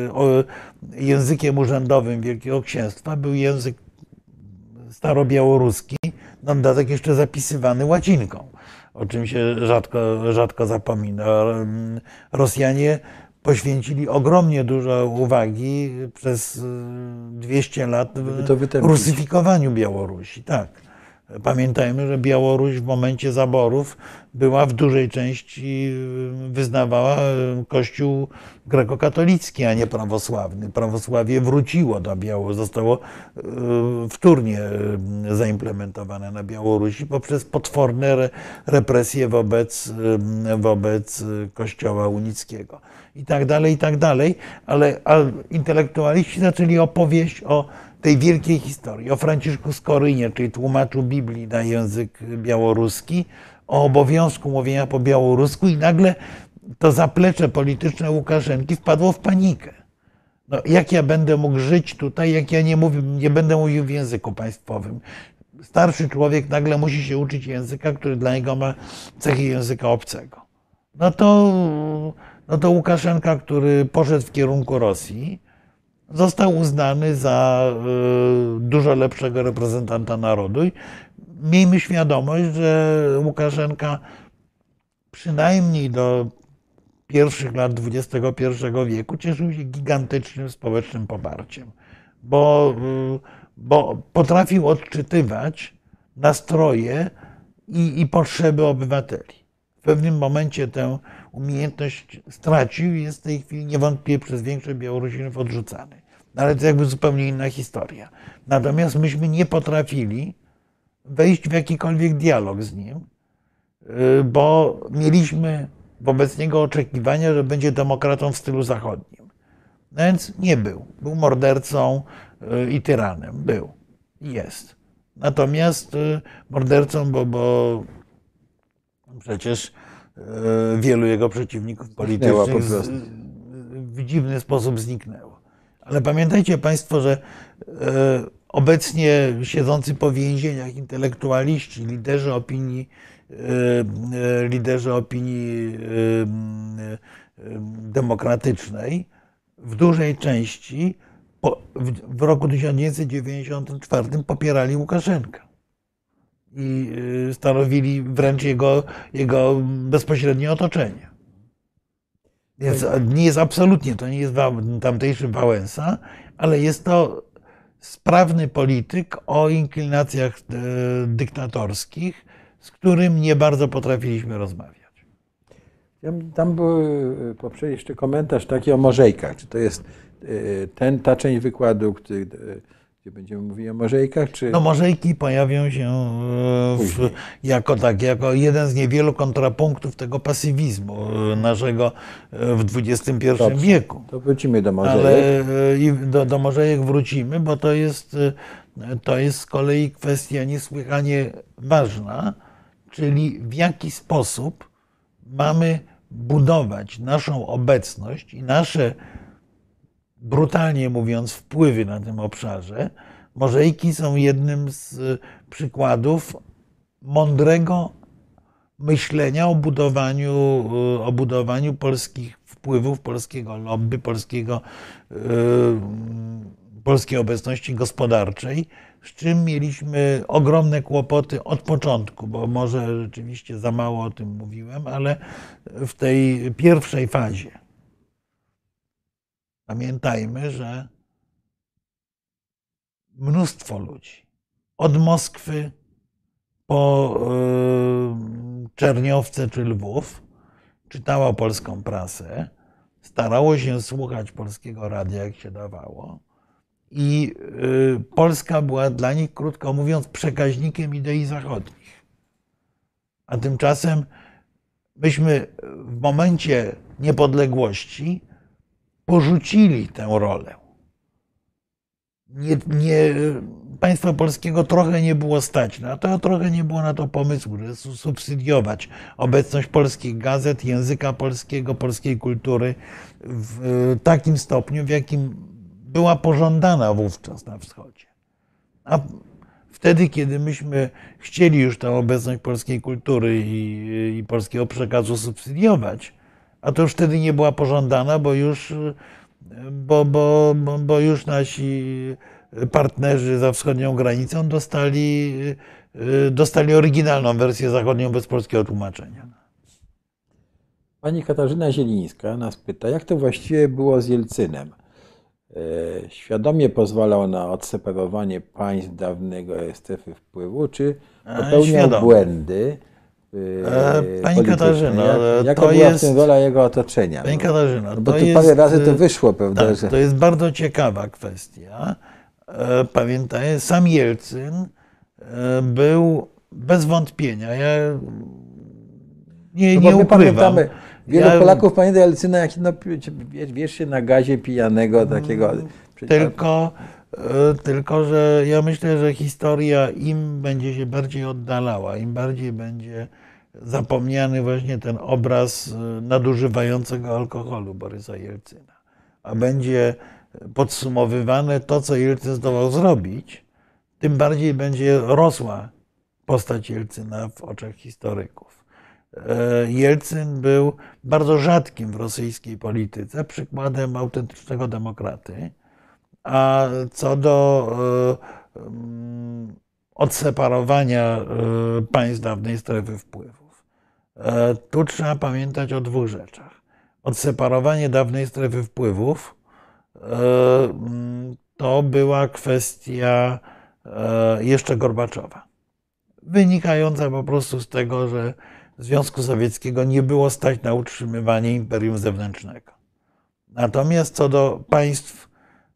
językiem urzędowym Wielkiego Księstwa był język starobiałoruski, na dodatek jeszcze zapisywany łacinką, o czym się rzadko, rzadko zapomina. Rosjanie poświęcili ogromnie dużo uwagi przez dwieście lat rusyfikowaniu Białorusi. Tak. Pamiętajmy, że Białoruś w momencie zaborów była w dużej części, wyznawała kościół grekokatolicki, a nie prawosławny. Prawosławie wróciło do Białorusi, zostało wtórnie zaimplementowane na Białorusi poprzez potworne represje wobec, wobec kościoła unickiego. I tak dalej, i tak dalej, ale, ale intelektualiści zaczęli opowieść o tej wielkiej historii, o Franciszku Skorynie, czyli tłumaczu Biblii na język białoruski, o obowiązku mówienia po białorusku i nagle to zaplecze polityczne Łukaszenki wpadło w panikę. No, jak ja będę mógł żyć tutaj, jak ja nie, mówię, nie będę mówił w języku państwowym? Starszy człowiek nagle musi się uczyć języka, który dla niego ma cechy języka obcego. No to, no to Łukaszenka, który poszedł w kierunku Rosji, został uznany za dużo lepszego reprezentanta narodu. I miejmy świadomość, że Łukaszenka przynajmniej do pierwszych lat dwudziestego pierwszego wieku cieszył się gigantycznym społecznym poparciem, bo, bo potrafił odczytywać nastroje i, i potrzeby obywateli. W pewnym momencie tę umiejętność stracił i jest w tej chwili niewątpliwie przez większość Białorusinów odrzucany. No ale to jakby zupełnie inna historia. Natomiast myśmy nie potrafili wejść w jakikolwiek dialog z nim, bo mieliśmy wobec niego oczekiwania, że będzie demokratą w stylu zachodnim. No więc nie był. Był mordercą i tyranem. Był. Jest. Natomiast mordercą, bo, bo przecież wielu jego przeciwników politycznych w dziwny sposób zniknęło. Ale pamiętajcie Państwo, że obecnie siedzący po więzieniach intelektualiści, liderzy opinii, liderzy opinii demokratycznej w dużej części w roku tysiąc dziewięćset dziewięćdziesiątym czwartym popierali Łukaszenkę i stanowili wręcz jego, jego bezpośrednie otoczenie. Więc nie jest absolutnie, to nie jest tamtejszy Wałęsa, ale jest to sprawny polityk o inklinacjach dyktatorskich, z którym nie bardzo potrafiliśmy rozmawiać. Tam był poprzedni jeszcze komentarz taki o Morzejkach. Czy to jest ten, ta część wykładu, gdzie, gdzie będziemy mówili o Morzejkach? Czy... No Morzejki pojawią się w, jako, tak, jako jeden z niewielu kontrapunktów tego pasywizmu naszego w dwudziestym pierwszym Dobrze, wieku. To wrócimy do Morzejek. Ale i do, do Morzejek wrócimy, bo to jest, to jest z kolei kwestia niesłychanie ważna, czyli w jaki sposób mamy budować naszą obecność i nasze brutalnie mówiąc, wpływy na tym obszarze, mozaiki są jednym z przykładów mądrego myślenia o budowaniu, o budowaniu polskich wpływów, polskiego lobby, polskiego, polskiej obecności gospodarczej, z czym mieliśmy ogromne kłopoty od początku, bo może rzeczywiście za mało o tym mówiłem, ale w tej pierwszej fazie pamiętajmy, że mnóstwo ludzi od Moskwy po Czerniowce czy Lwów czytało polską prasę, starało się słuchać polskiego radia, jak się dawało. I Polska była dla nich, krótko mówiąc, przekaźnikiem idei zachodnich. A tymczasem myśmy w momencie niepodległości porzucili tę rolę. Nie, nie, państwa polskiego trochę nie było stać na to, a trochę nie było na to pomysłu, żeby subsydiować obecność polskich gazet, języka polskiego, polskiej kultury w takim stopniu, w jakim była pożądana wówczas na wschodzie. A wtedy, kiedy myśmy chcieli już tę obecność polskiej kultury i, i polskiego przekazu subsydiować, a to już wtedy nie była pożądana, bo już, bo, bo, bo już nasi partnerzy za wschodnią granicą dostali, dostali oryginalną wersję zachodnią bez polskiego tłumaczenia. Pani Katarzyna Zielińska nas pyta, jak to właściwie było z Jelcynem? Świadomie pozwalał na odseparowanie państw dawnego strefy wpływu, czy popełniał Świadomie. błędy? Pani Katarzyna, jaka to była jest, w tym rola jego otoczenia? Pani Katarzyna, no, bo to tu jest, parę razy to wyszło, prawda? Tak, że... to jest bardzo ciekawa kwestia. Pamiętaj, sam Jelcyn był bez wątpienia. Ja nie, no, nie my ukrywam. Pamiętamy, wielu ja, Polaków pamięta Jelcyna jak no, wiesz się na gazie pijanego takiego. Tylko, tylko, że ja myślę, że historia im będzie się bardziej oddalała, im bardziej będzie zapomniany właśnie ten obraz nadużywającego alkoholu Borysa Jelcyna, a będzie podsumowywane to, co Jelcyn zdołał zrobić, tym bardziej będzie rosła postać Jelcyna w oczach historyków. Jelcyn był bardzo rzadkim w rosyjskiej polityce przykładem autentycznego demokraty, a co do odseparowania państw dawnej strefy wpływów, tu trzeba pamiętać o dwóch rzeczach. Odseparowanie dawnej strefy wpływów to była kwestia jeszcze Gorbaczowa, wynikająca po prostu z tego, że Związku Sowieckiego nie było stać na utrzymywanie imperium zewnętrznego. Natomiast co do państw,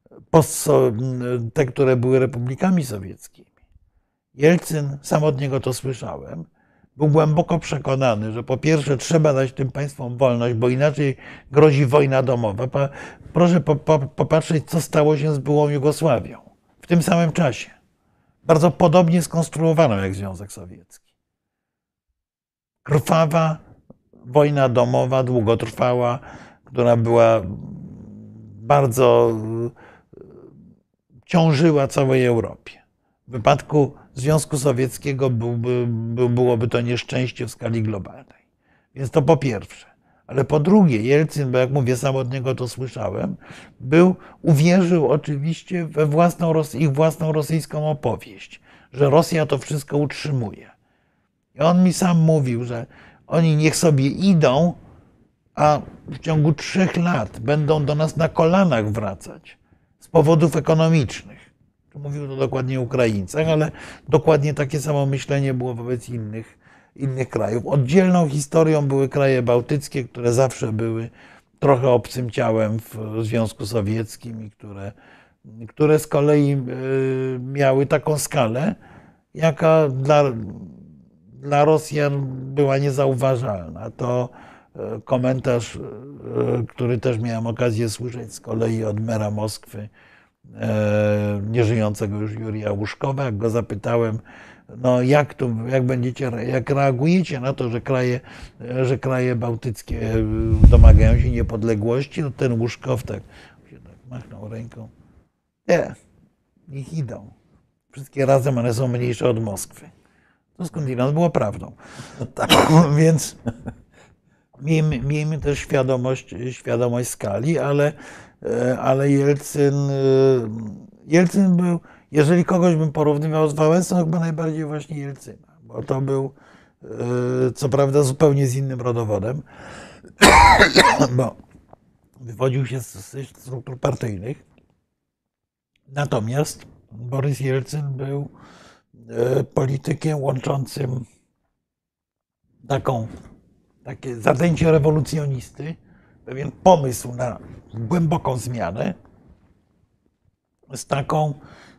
te, które były republikami sowieckimi, Jelcyn, sam od niego to słyszałem, był głęboko przekonany, że po pierwsze trzeba dać tym państwom wolność, bo inaczej grozi wojna domowa. Proszę popatrzeć, co stało się z byłą Jugosławią w tym samym czasie. Bardzo podobnie skonstruowaną jak Związek Sowiecki. Krwawa wojna domowa, długotrwała, która była bardzo ciążyła całej Europie. W wypadku Związku Sowieckiego byłby, byłoby to nieszczęście w skali globalnej. Więc to po pierwsze. Ale po drugie, Jelcyn, bo jak mówię, sam od niego to słyszałem, był, uwierzył oczywiście we własną, ich własną rosyjską opowieść, że Rosja to wszystko utrzymuje. I on mi sam mówił, że oni niech sobie idą, a w ciągu trzech lat będą do nas na kolanach wracać z powodów ekonomicznych. Mówił to dokładnie o Ukraińcach, ale dokładnie takie samo myślenie było wobec innych, innych krajów. Oddzielną historią były kraje bałtyckie, które zawsze były trochę obcym ciałem w Związku Sowieckim i które, które z kolei miały taką skalę, jaka dla, dla Rosjan była niezauważalna. To komentarz, który też miałem okazję słyszeć z kolei od mera Moskwy, nieżyjącego już Jurija Łuszkowa, jak go zapytałem, no jak, tu, jak, będziecie, jak reagujecie na to, że kraje, że kraje bałtyckie domagają się niepodległości, to ten Łuszkow tak machnął ręką. Nie, niech idą. Wszystkie razem one są mniejsze od Moskwy. To skądinąd było prawdą. No tak. Więc miejmy, miejmy też świadomość, świadomość skali, ale, ale Jelcyn, Jelcyn był, jeżeli kogoś bym porównywał z Wałęsą, chyba najbardziej właśnie Jelcyna, bo to był co prawda zupełnie z innym rodowodem, bo wywodził się ze struktur partyjnych. Natomiast Borys Jelcyn był politykiem łączącym taką, takie zadęcie rewolucjonisty, pewien pomysł na głęboką zmianę z taką,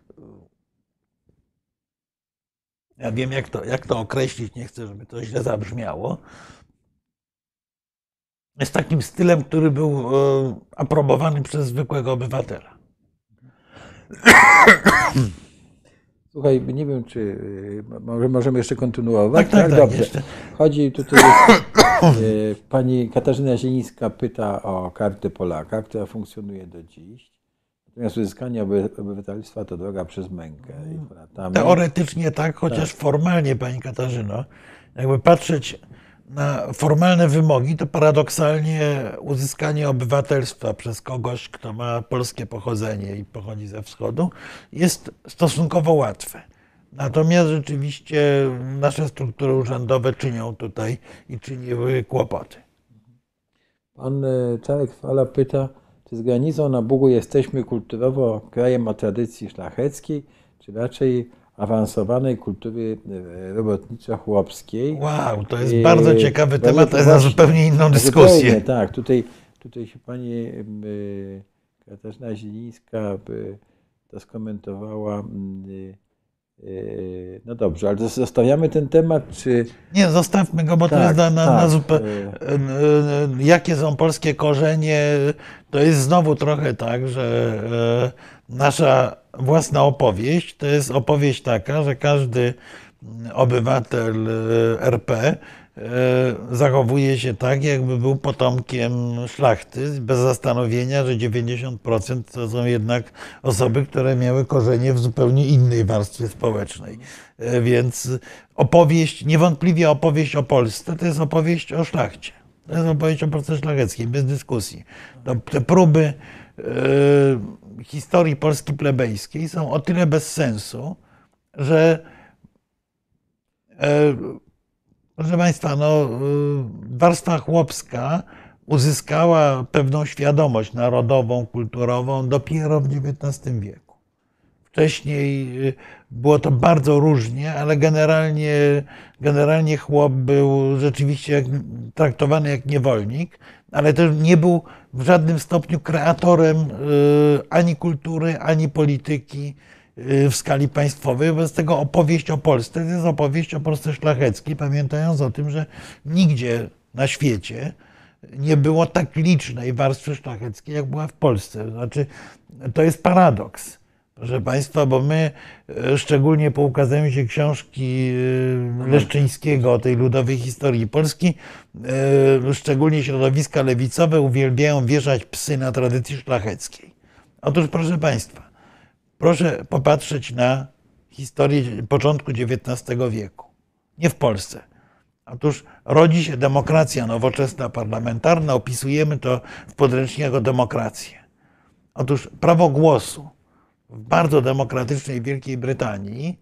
ja wiem jak to, jak to określić, nie chcę, żeby to źle zabrzmiało, z takim stylem, który był aprobowany przez zwykłego obywatela. Słuchaj, nie wiem, czy może możemy jeszcze kontynuować. Tak, tak, tak, dobrze. jeszcze. Chodzi tutaj, jest, pani Katarzyna Zielińska pyta o kartę Polaka, która funkcjonuje do dziś. Natomiast uzyskanie obywatelstwa to droga przez mękę. I latami. Teoretycznie tak, chociaż tak. Formalnie, pani Katarzyno, jakby patrzeć na formalne wymogi, to paradoksalnie uzyskanie obywatelstwa przez kogoś, kto ma polskie pochodzenie i pochodzi ze wschodu, jest stosunkowo łatwe. Natomiast rzeczywiście nasze struktury urzędowe czynią tutaj i czyniły kłopoty. Pan Czarek Fala pyta, czy z granicą na Bugu jesteśmy kulturowo krajem o tradycji szlacheckiej, czy raczej awansowanej kultury robotniczo-chłopskiej. Wow, to jest bardzo ciekawy temat, to jest na zupełnie inną dyskusję. Zupełnie, tak, tutaj, tutaj się pani Katarzyna Zielińska to skomentowała. No dobrze, ale zostawiamy ten temat, czy... Nie, zostawmy go, bo tak, to jest na, na, tak. na zupełnie... Jakie są polskie korzenie? To jest znowu trochę tak, że nasza własna opowieść to jest opowieść taka, że każdy obywatel er pe zachowuje się tak, jakby był potomkiem szlachty, bez zastanowienia, że dziewięćdziesiąt procent to są jednak osoby, które miały korzenie w zupełnie innej warstwie społecznej. Więc opowieść, niewątpliwie opowieść o Polsce, to jest opowieść o szlachcie. To jest opowieść o Polsce szlacheckiej, bez dyskusji. To, te próby y, historii Polski plebejskiej są o tyle bez sensu, że y, proszę Państwa, no, warstwa chłopska uzyskała pewną świadomość narodową, kulturową dopiero w dziewiętnastym wieku. Wcześniej było to bardzo różnie, ale generalnie, generalnie chłop był rzeczywiście jak, traktowany jak niewolnik, ale też nie był w żadnym stopniu kreatorem ani kultury, ani polityki w skali państwowej. Wobec tego opowieść o Polsce to jest opowieść o Polsce szlacheckiej, pamiętając o tym, że nigdzie na świecie nie było tak licznej warstwy szlacheckiej, jak była w Polsce. Znaczy, to jest paradoks, proszę Państwa, bo my, szczególnie po ukazaniu się książki Leszczyńskiego o tej ludowej historii Polski, szczególnie środowiska lewicowe uwielbiają wieszać psy na tradycji szlacheckiej. Otóż, proszę Państwa, proszę popatrzeć na historię początku dziewiętnastego wieku. Nie w Polsce. Otóż rodzi się demokracja nowoczesna, parlamentarna. Opisujemy to w podręczniku o demokrację. Otóż prawo głosu w bardzo demokratycznej Wielkiej Brytanii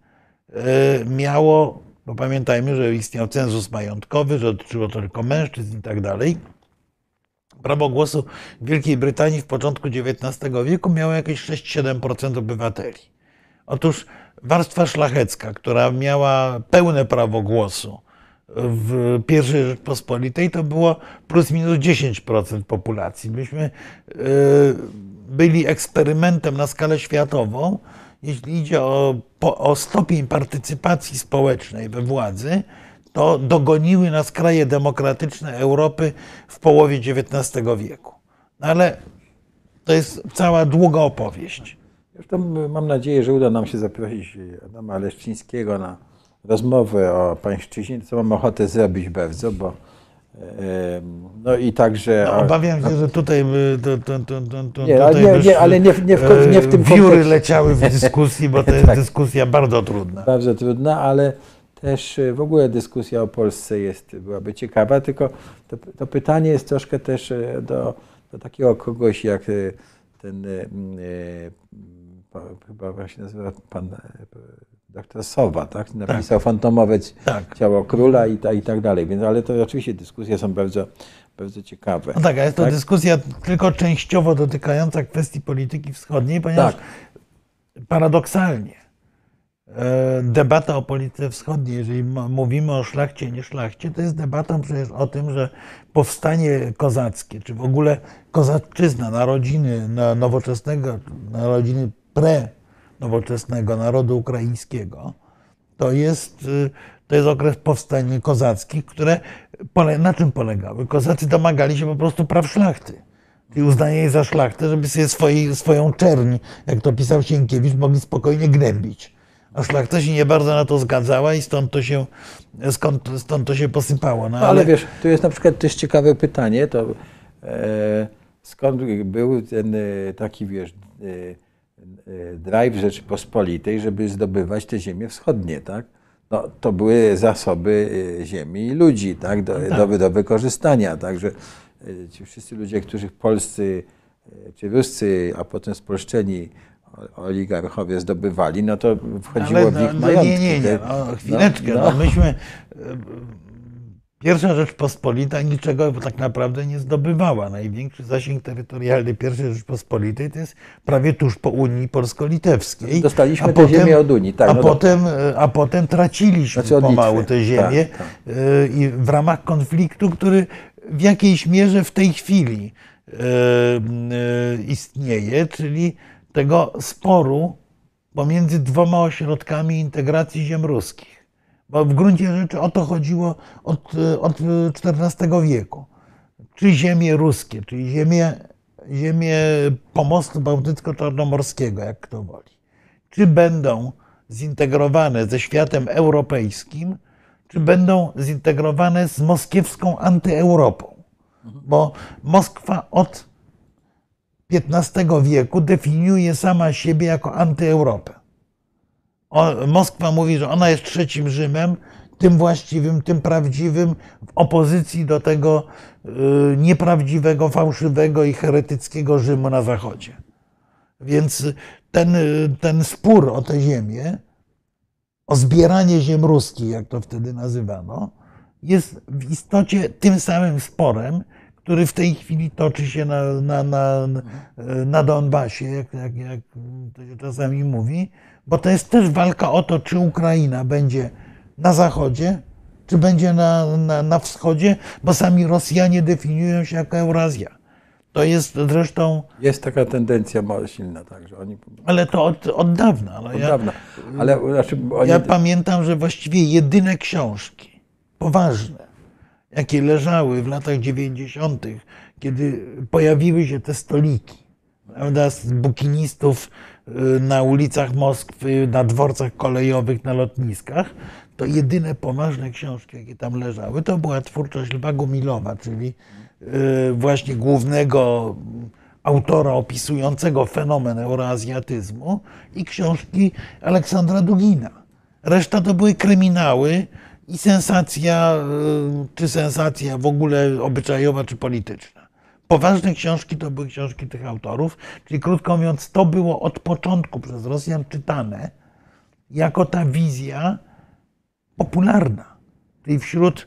miało, bo pamiętajmy, że istniał cenzus majątkowy, że dotyczyło to tylko mężczyzn i tak dalej. Prawo głosu w Wielkiej Brytanii w początku dziewiętnastego wieku miało jakieś sześć do siedmiu procent obywateli. Otóż warstwa szlachecka, która miała pełne prawo głosu w pierwszej Rzeczpospolitej, to było plus minus dziesięć procent populacji. Myśmy byli eksperymentem na skalę światową, jeśli idzie o, o stopień partycypacji społecznej we władzy, to dogoniły nas kraje demokratyczne Europy w połowie dziewiętnastego wieku. No ale to jest cała długa opowieść. Zresztą mam nadzieję, że uda nam się zaprosić Adama Leszczyńskiego na rozmowę o pańszczyźnie, co mam ochotę zrobić bardzo, bo No i także... No, obawiam się, że tutaj by to, to, to, to, to, nie, tutaj nie, nie, ale nie, nie, w, nie w tym wióry kontekście. leciały w dyskusji, bo to jest Tak. dyskusja bardzo trudna. Bardzo trudna, ale też w ogóle dyskusja o Polsce jest, byłaby ciekawa, tylko to, to pytanie jest troszkę też do, do takiego kogoś jak ten, chyba właśnie nazywa pan doktor Sowa, tak? Napisał tak. Fantomowiec, tak. Ciało Króla i, ta, i tak dalej. Więc, ale to oczywiście dyskusje są bardzo, bardzo ciekawe. No tak, ale jest to tak? dyskusja tylko częściowo dotykająca kwestii polityki wschodniej, ponieważ tak. paradoksalnie debata o polityce wschodniej, jeżeli mówimy o szlachcie, nie szlachcie, to jest debatą przecież o tym, że powstanie kozackie, czy w ogóle kozaczyzna, narodziny nowoczesnego, narodziny pre-nowoczesnego narodu ukraińskiego, to jest, to jest okres powstań kozackich, które na czym polegały? Kozacy domagali się po prostu praw szlachty. I uznanie jej za szlachtę, żeby sobie swoi, swoją czerń, jak to pisał Sienkiewicz, mogli spokojnie gnębić. A szlachta się nie bardzo na to zgadzała i stąd to się, skąd, stąd to się posypało. No, ale... ale wiesz, tu jest na przykład też ciekawe pytanie, to e, skąd był ten taki, wiesz, e, drive Rzeczypospolitej, żeby zdobywać te ziemie wschodnie, tak? No, to były zasoby ziemi i ludzi, tak? Do, tak. do, do wykorzystania, także ci wszyscy ludzie, którzy polscy czy ruscy, a potem spolszczeni oligarchowie zdobywali, no to wchodziło ale, w ich no, majątki. Nie, nie, nie, no, chwileczkę. No, no. No, myśmy, pierwsza Rzeczpospolita niczego tak naprawdę nie zdobywała. Największy zasięg terytorialny pierwszej Rzeczpospolitej to jest prawie tuż po Unii Polsko-Litewskiej. Dostaliśmy te ziemię od Unii. Tak, a, no potem, a potem traciliśmy znaczy pomału te ziemię tak, tak. i w ramach konfliktu, który w jakiejś mierze w tej chwili istnieje, czyli tego sporu pomiędzy dwoma ośrodkami integracji ziem ruskich. Bo w gruncie rzeczy o to chodziło od, od czternastego wieku. Czy ziemie ruskie, czyli ziemie, ziemie pomostu bałtycko-czarnomorskiego, jak kto woli, czy będą zintegrowane ze światem europejskim, czy będą zintegrowane z moskiewską antyeuropą. Bo Moskwa od piętnastego wieku definiuje sama siebie jako antyeuropę. Moskwa mówi, że ona jest trzecim Rzymem, tym właściwym, tym prawdziwym, w opozycji do tego nieprawdziwego, fałszywego i heretyckiego Rzymu na zachodzie. Więc ten, ten spór o tę ziemię, o zbieranie ziem ruskich, jak to wtedy nazywano, jest w istocie tym samym sporem, który w tej chwili toczy się na, na, na, na Donbasie, jak, jak, jak to się czasami mówi, bo to jest też walka o to, czy Ukraina będzie na zachodzie, czy będzie na, na, na wschodzie, bo sami Rosjanie definiują się jako Eurazja. To jest zresztą... Jest taka tendencja silna, tak, że oni... Ale to od, od dawna. No od ja, dawna. Ale, znaczy, oni... ja pamiętam, że właściwie jedyne książki poważne, jakie leżały w latach dziewięćdziesiątych, kiedy pojawiły się te stoliki, prawda, z bukinistów na ulicach Moskwy, na dworcach kolejowych, na lotniskach, to jedyne poważne książki, jakie tam leżały, to była twórczość Lwa Gumilowa, czyli właśnie głównego autora opisującego fenomen euroazjatyzmu, i książki Aleksandra Dugina. Reszta to były kryminały i sensacja, czy sensacja w ogóle obyczajowa, czy polityczna. Poważne książki to były książki tych autorów, czyli krótko mówiąc, to było od początku przez Rosjan czytane jako ta wizja popularna, czyli wśród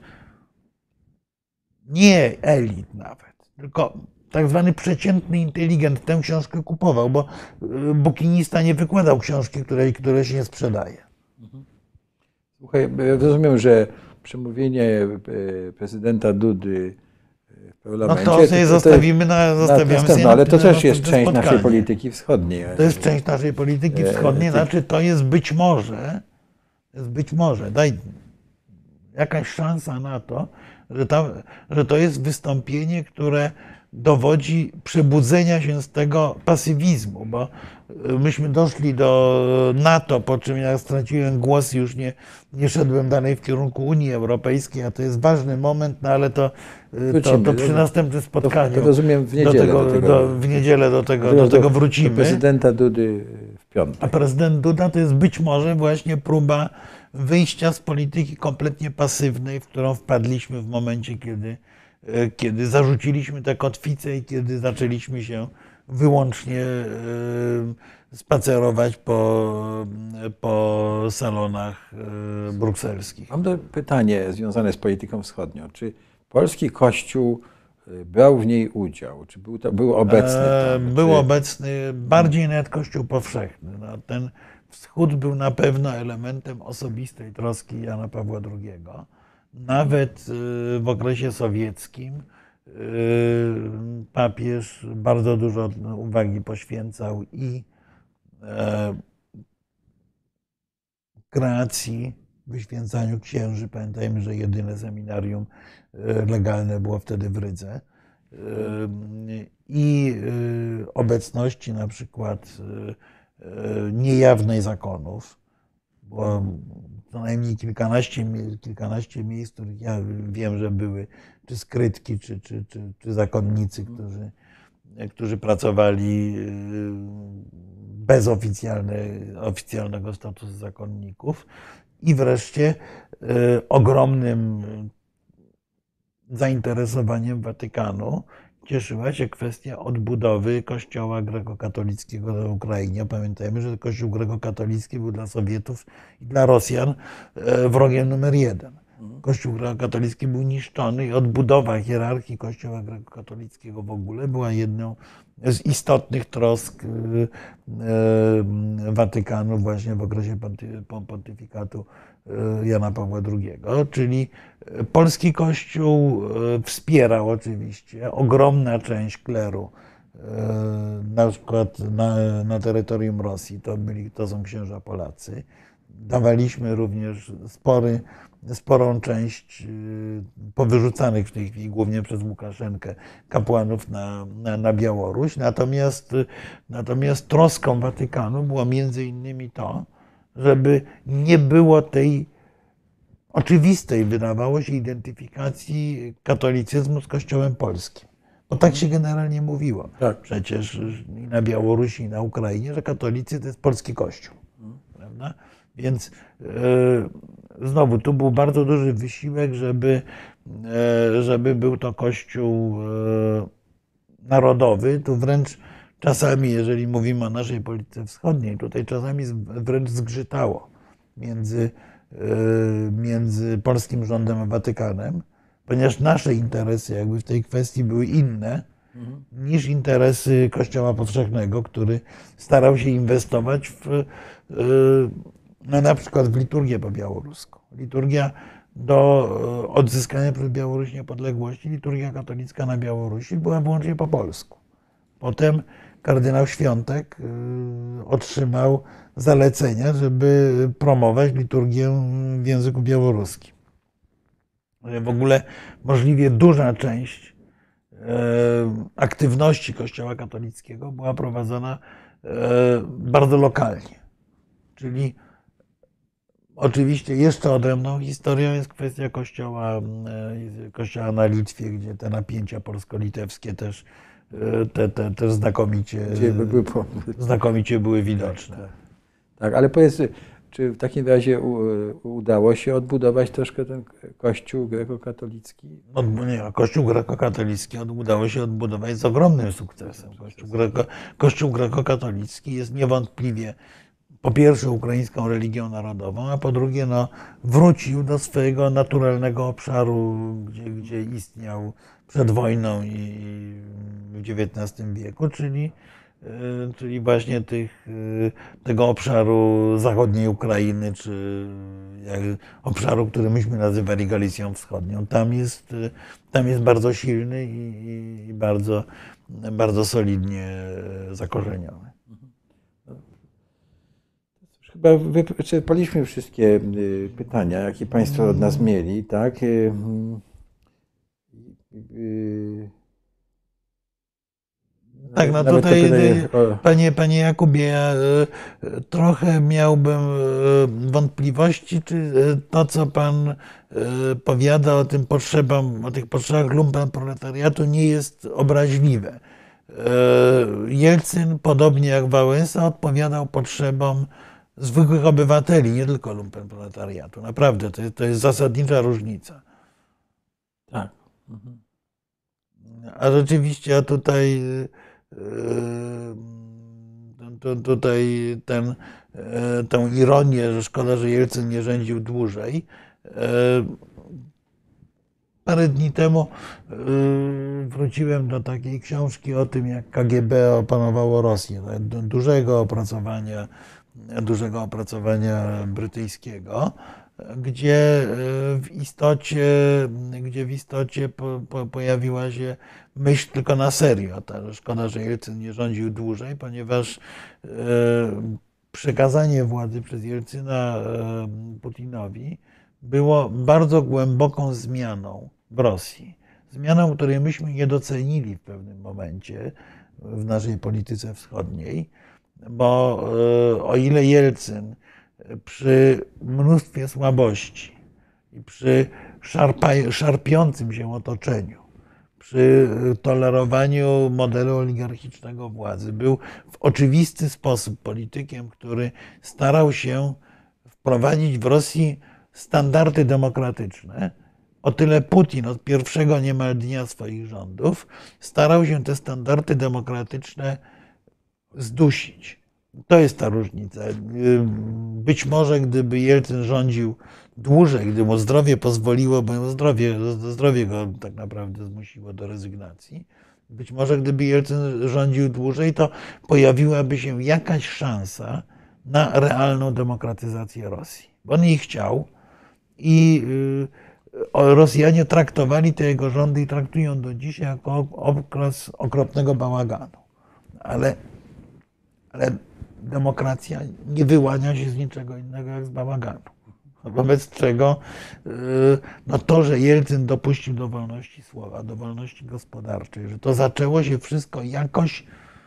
nie elit nawet, tylko tak zwany przeciętny inteligent tę książkę kupował, bo bukinista nie wykładał książki, której, które się nie sprzedaje. Słuchaj, rozumiem, że przemówienie prezydenta Dudy w parlamencie... No to sobie zostawimy na, zostawiamy na, sobie no, ale to też jest spotkanie. część naszej polityki wschodniej. To jest część naszej polityki wschodniej, znaczy to jest być może, to jest być może, daj jakaś szansa na to, że, tam, że to jest wystąpienie, które dowodzi przebudzenia się z tego pasywizmu, bo myśmy doszli do NATO, po czym ja straciłem głos i już nie, nie szedłem dalej w kierunku Unii Europejskiej, a to jest ważny moment, no ale to, to, to przy następnym spotkaniu. To, to rozumiem w niedzielę do tego, do tego, do, w niedzielę do tego, do tego wrócimy. Do prezydenta Dudy w piątek. A prezydent Duda to jest być może właśnie próba wyjścia z polityki kompletnie pasywnej, w którą wpadliśmy w momencie, kiedy, kiedy zarzuciliśmy tę kotwicę i kiedy zaczęliśmy się wyłącznie spacerować po, po salonach brukselskich. Mam do pytanie związane z polityką wschodnią. Czy polski Kościół brał w niej udział? Czy był, to, był obecny tam? Był czy... obecny bardziej nawet Kościół powszechny. No, ten Wschód był na pewno elementem osobistej troski Jana Pawła drugiego. Nawet w okresie sowieckim papież bardzo dużo uwagi poświęcał i kreacji, wyświęcaniu księży. Pamiętajmy, że jedyne seminarium legalne było wtedy w Rydze. I obecności na przykład niejawnej zakonów. Było co najmniej kilkanaście, kilkanaście miejsc, w których ja wiem, że były czy skrytki, czy, czy, czy, czy zakonnicy, którzy, którzy pracowali bez oficjalnego statusu zakonników. I wreszcie ogromnym zainteresowaniem Watykanu cieszyła się kwestia odbudowy Kościoła grekokatolickiego na Ukrainie. Pamiętajmy, że Kościół grekokatolicki był dla Sowietów i dla Rosjan wrogiem numer jeden. Kościół grekokatolicki był niszczony i odbudowa hierarchii Kościoła grekokatolickiego w ogóle była jedną z istotnych trosk Watykanu właśnie w okresie pontyfikatu Jana Pawła drugiego. Czyli polski Kościół wspierał oczywiście, ogromna część kleru, na przykład na, na terytorium Rosji, to, byli, to są księża Polacy. Dawaliśmy również spory, sporą część powyrzucanych w tej chwili, głównie przez Łukaszenkę, kapłanów na, na, na Białoruś. Natomiast, natomiast troską Watykanu było między innymi to, żeby nie było tej oczywistej, wydawało się, identyfikacji katolicyzmu z Kościołem polskim. Bo tak się generalnie mówiło. Tak. Przecież i na Białorusi, i na Ukrainie, że katolicy to jest polski Kościół. Prawda? Więc e, znowu, tu był bardzo duży wysiłek, żeby, e, żeby był to Kościół e, narodowy. Tu wręcz czasami, jeżeli mówimy o naszej polityce wschodniej, tutaj czasami wręcz zgrzytało między, między polskim rządem a Watykanem, ponieważ nasze interesy jakby w tej kwestii były inne mhm. niż interesy Kościoła powszechnego, który starał się inwestować w, no na przykład w liturgię po białorusku. Liturgia do odzyskania przez Białoruś niepodległości, liturgia katolicka na Białorusi była wyłącznie po polsku. Potem kardynał Świątek otrzymał zalecenia, żeby promować liturgię w języku białoruskim. W ogóle możliwie duża część aktywności Kościoła katolickiego była prowadzona bardzo lokalnie. Czyli oczywiście jeszcze odrębną historią jest kwestia kościoła, kościoła na Litwie, gdzie te napięcia polsko-litewskie też Te, te, też znakomicie, były, znakomicie były widoczne. Tak, tak, ale powiedz, czy w takim razie u, udało się odbudować troszkę ten Kościół grekokatolicki? No, nie, Kościół grekokatolicki udało się odbudować z ogromnym sukcesem. Kościół, greko, Kościół grekokatolicki jest niewątpliwie po pierwsze ukraińską religią narodową, a po drugie no, wrócił do swojego naturalnego obszaru, gdzie, gdzie istniał przed wojną i w dziewiętnastym wieku, czyli, czyli właśnie tych, tego obszaru zachodniej Ukrainy, czy obszaru, który myśmy nazywali Galicją Wschodnią. Tam jest, tam jest bardzo silny i, i bardzo, bardzo solidnie zakorzeniony. Chyba wyczerpaliśmy wszystkie pytania, jakie Państwo od nas mieli, tak? Tak, no Nawet to tutaj, pytanie o- panie, panie Jakubie, ja e, trochę miałbym e, wątpliwości, czy e, to, co pan e, powiada o tym potrzebom, o tych potrzebach lumpenproletariatu nie jest obraźliwe. E, Jelcyn, podobnie jak Wałęsa, odpowiadał potrzebom zwykłych obywateli, nie tylko lumpenproletariatu. Naprawdę, to jest, to jest zasadnicza różnica. Tak. A rzeczywiście ja tutaj, e, to, tutaj ten, e, tę ironię, że szkoda, że Jelcyn nie rządził dłużej. E, Parę dni temu e, wróciłem do takiej książki o tym, jak K G B opanowało Rosję, do dużego opracowania, dużego opracowania brytyjskiego, gdzie w istocie, gdzie w istocie po, po, pojawiła się myśl tylko na serio, ta, że szkoda, że Jelcyn nie rządził dłużej, ponieważ e, przekazanie władzy przez Jelcyna e, Putinowi było bardzo głęboką zmianą w Rosji. Zmianą, której myśmy nie docenili w pewnym momencie w naszej polityce wschodniej, bo e, o ile Jelcyn przy mnóstwie słabości i przy szarpa- szarpiącym się otoczeniu, przy tolerowaniu modelu oligarchicznego władzy, był w oczywisty sposób politykiem, który starał się wprowadzić w Rosji standardy demokratyczne. O tyle Putin od pierwszego niemal dnia swoich rządów starał się te standardy demokratyczne zdusić. To jest ta różnica. Być może gdyby Jelcyn rządził dłużej, gdy mu zdrowie pozwoliło, bo zdrowie, zdrowie go tak naprawdę zmusiło do rezygnacji, być może gdyby Jelcyn rządził dłużej, to pojawiłaby się jakaś szansa na realną demokratyzację Rosji. Bo on jej chciał i Rosjanie traktowali te jego rządy i traktują do dzisiaj jako okres okropnego bałaganu. Ale, ale demokracja nie wyłania się z niczego innego jak z bałaganu. Wobec czego no to, że Jelcyn dopuścił do wolności słowa, do wolności gospodarczej, że to zaczęło się wszystko jakoś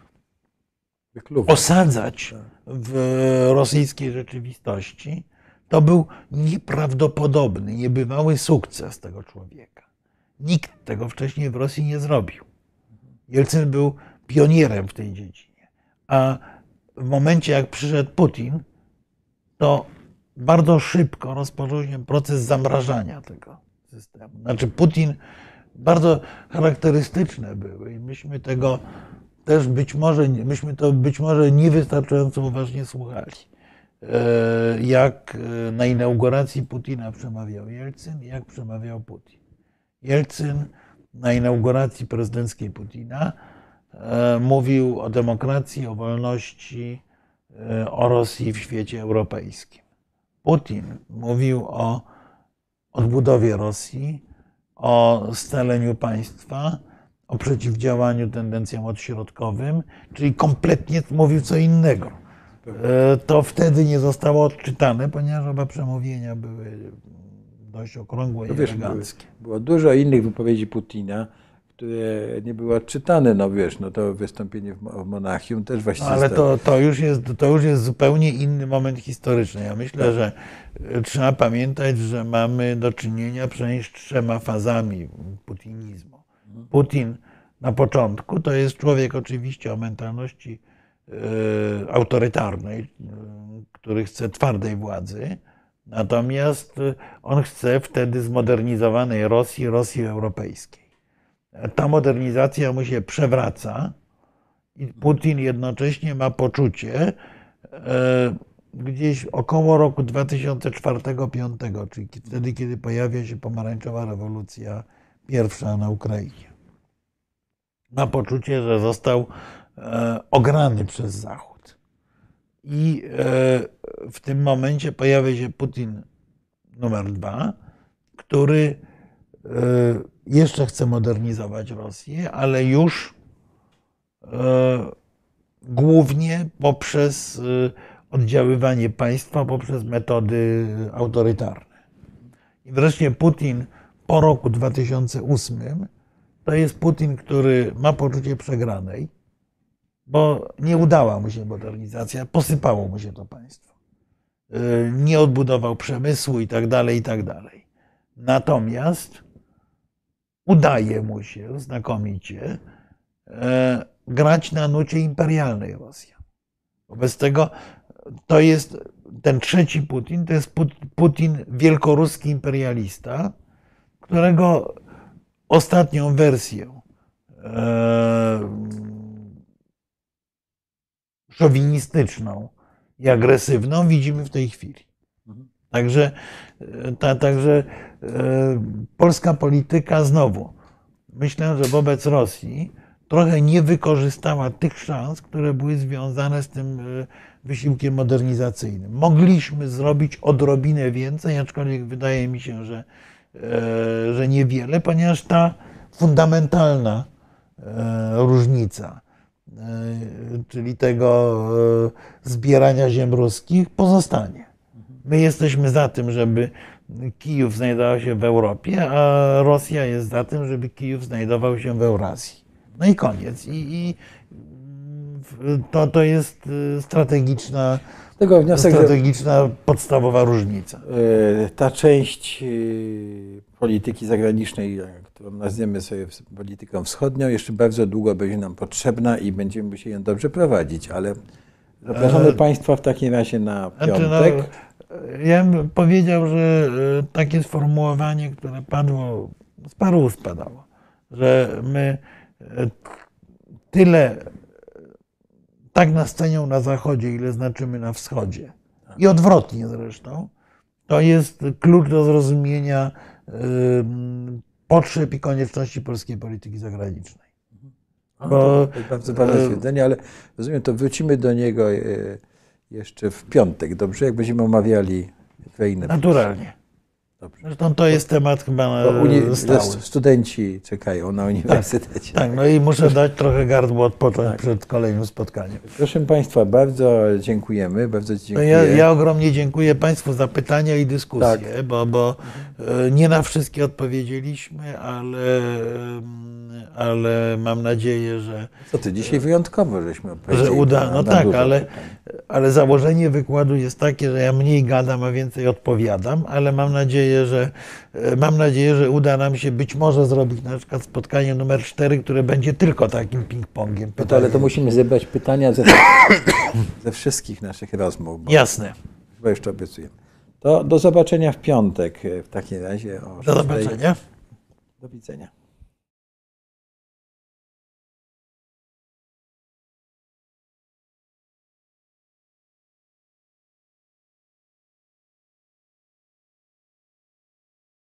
osadzać w rosyjskiej rzeczywistości, to był nieprawdopodobny, niebywały sukces tego człowieka. Nikt tego wcześniej w Rosji nie zrobił. Jelcyn był pionierem w tej dziedzinie. A w momencie, jak przyszedł Putin, to bardzo szybko rozpoczął się proces zamrażania tego systemu. Znaczy Putin, bardzo charakterystyczne były i myśmy tego też być może, myśmy to być może niewystarczająco uważnie słuchali. Jak na inauguracji Putina przemawiał Jelcyn i jak przemawiał Putin. Jelcyn na inauguracji prezydenckiej Putina mówił o demokracji, o wolności, o Rosji w świecie europejskim. Putin mówił o odbudowie Rosji, o scaleniu państwa, o przeciwdziałaniu tendencjom odśrodkowym, czyli kompletnie mówił co innego. To wtedy nie zostało odczytane, ponieważ oba przemówienia były dość okrągłe i no wiesz, eleganckie. Było dużo innych wypowiedzi Putina, które nie były odczytane. No wiesz, no to wystąpienie w Monachium też właściwie... No, ale to, to, już jest, to już jest zupełnie inny moment historyczny. Ja myślę, że trzeba pamiętać, że mamy do czynienia przynajmniej z trzema fazami putinizmu. Putin na początku to jest człowiek oczywiście o mentalności autorytarnej, który chce twardej władzy, natomiast on chce wtedy zmodernizowanej Rosji, Rosji europejskiej. Ta modernizacja mu się przewraca i Putin jednocześnie ma poczucie gdzieś około roku dwa tysiące czwartego do dwa tysiące piątego, czyli wtedy, kiedy pojawia się pomarańczowa rewolucja pierwsza na Ukrainie. Ma poczucie, że został ograny przez Zachód. I w tym momencie pojawia się Putin numer dwa, który jeszcze chce modernizować Rosję, ale już głównie poprzez oddziaływanie państwa, poprzez metody autorytarne. I wreszcie Putin po roku dwa tysiące ósmym to jest Putin, który ma poczucie przegranej, bo nie udała mu się modernizacja, posypało mu się to państwo. Nie odbudował przemysłu i tak dalej, i tak dalej. Natomiast udaje mu się znakomicie grać na nucie imperialnej Rosji. Wobec tego to jest ten trzeci Putin, to jest Putin wielkoruski imperialista, którego ostatnią wersję szowinistyczną i agresywną widzimy w tej chwili. Także, ta, także polska polityka znowu, myślę, że wobec Rosji trochę nie wykorzystała tych szans, które były związane z tym wysiłkiem modernizacyjnym. Mogliśmy zrobić odrobinę więcej, aczkolwiek wydaje mi się, że, że niewiele, ponieważ ta fundamentalna różnica, czyli tego zbierania ziem ruskich, pozostanie. My jesteśmy za tym, żeby Kijów znajdował się w Europie, a Rosja jest za tym, żeby Kijów znajdował się w Eurazji. No i koniec. I, i to, to jest strategiczna, tego wniosek, strategiczna podstawowa różnica. Ta część polityki zagranicznej, którą nazwiemy sobie polityką wschodnią, jeszcze bardzo długo będzie nam potrzebna i będziemy musieli ją dobrze prowadzić, ale zapraszamy e... Państwa w takim razie na piątek. Znaczy, no, ja bym powiedział, że takie sformułowanie, które padło, z paru ust padało, że my tyle tak nas cenią na Zachodzie, ile znaczymy na Wschodzie. I odwrotnie zresztą. To jest klucz do zrozumienia potrzeb i konieczności polskiej polityki zagranicznej. Bo, to jest bardzo ważne stwierdzenie, ale rozumiem, to wrócimy do niego jeszcze w piątek, dobrze? Jak będziemy omawiali Ukrainę. Naturalnie. Dobrze. Zresztą to jest temat chyba stały. Studenci czekają na uniwersytecie. Tak, tak, no i muszę dać trochę gardło odpocząć tak. przed kolejnym spotkaniem. Proszę Państwa, bardzo dziękujemy. Bardzo dziękuję. Ja, ja ogromnie dziękuję Państwu za pytania i dyskusje, tak. bo, bo nie na wszystkie odpowiedzieliśmy, ale, ale mam nadzieję, że... Co ty, dzisiaj wyjątkowo żeśmy że uda. No tak, ale, ale założenie wykładu jest takie, że ja mniej gadam, a więcej odpowiadam, ale mam nadzieję, że mam nadzieję, że uda nam się być może zrobić na przykład spotkanie numer cztery, które będzie tylko takim ping-pongiem. No to, ale to musimy zebrać pytania ze, ze wszystkich naszych rozmów. Jasne. Bo jeszcze obiecujemy. To do zobaczenia w piątek w takim razie. O do zobaczenia. Do widzenia.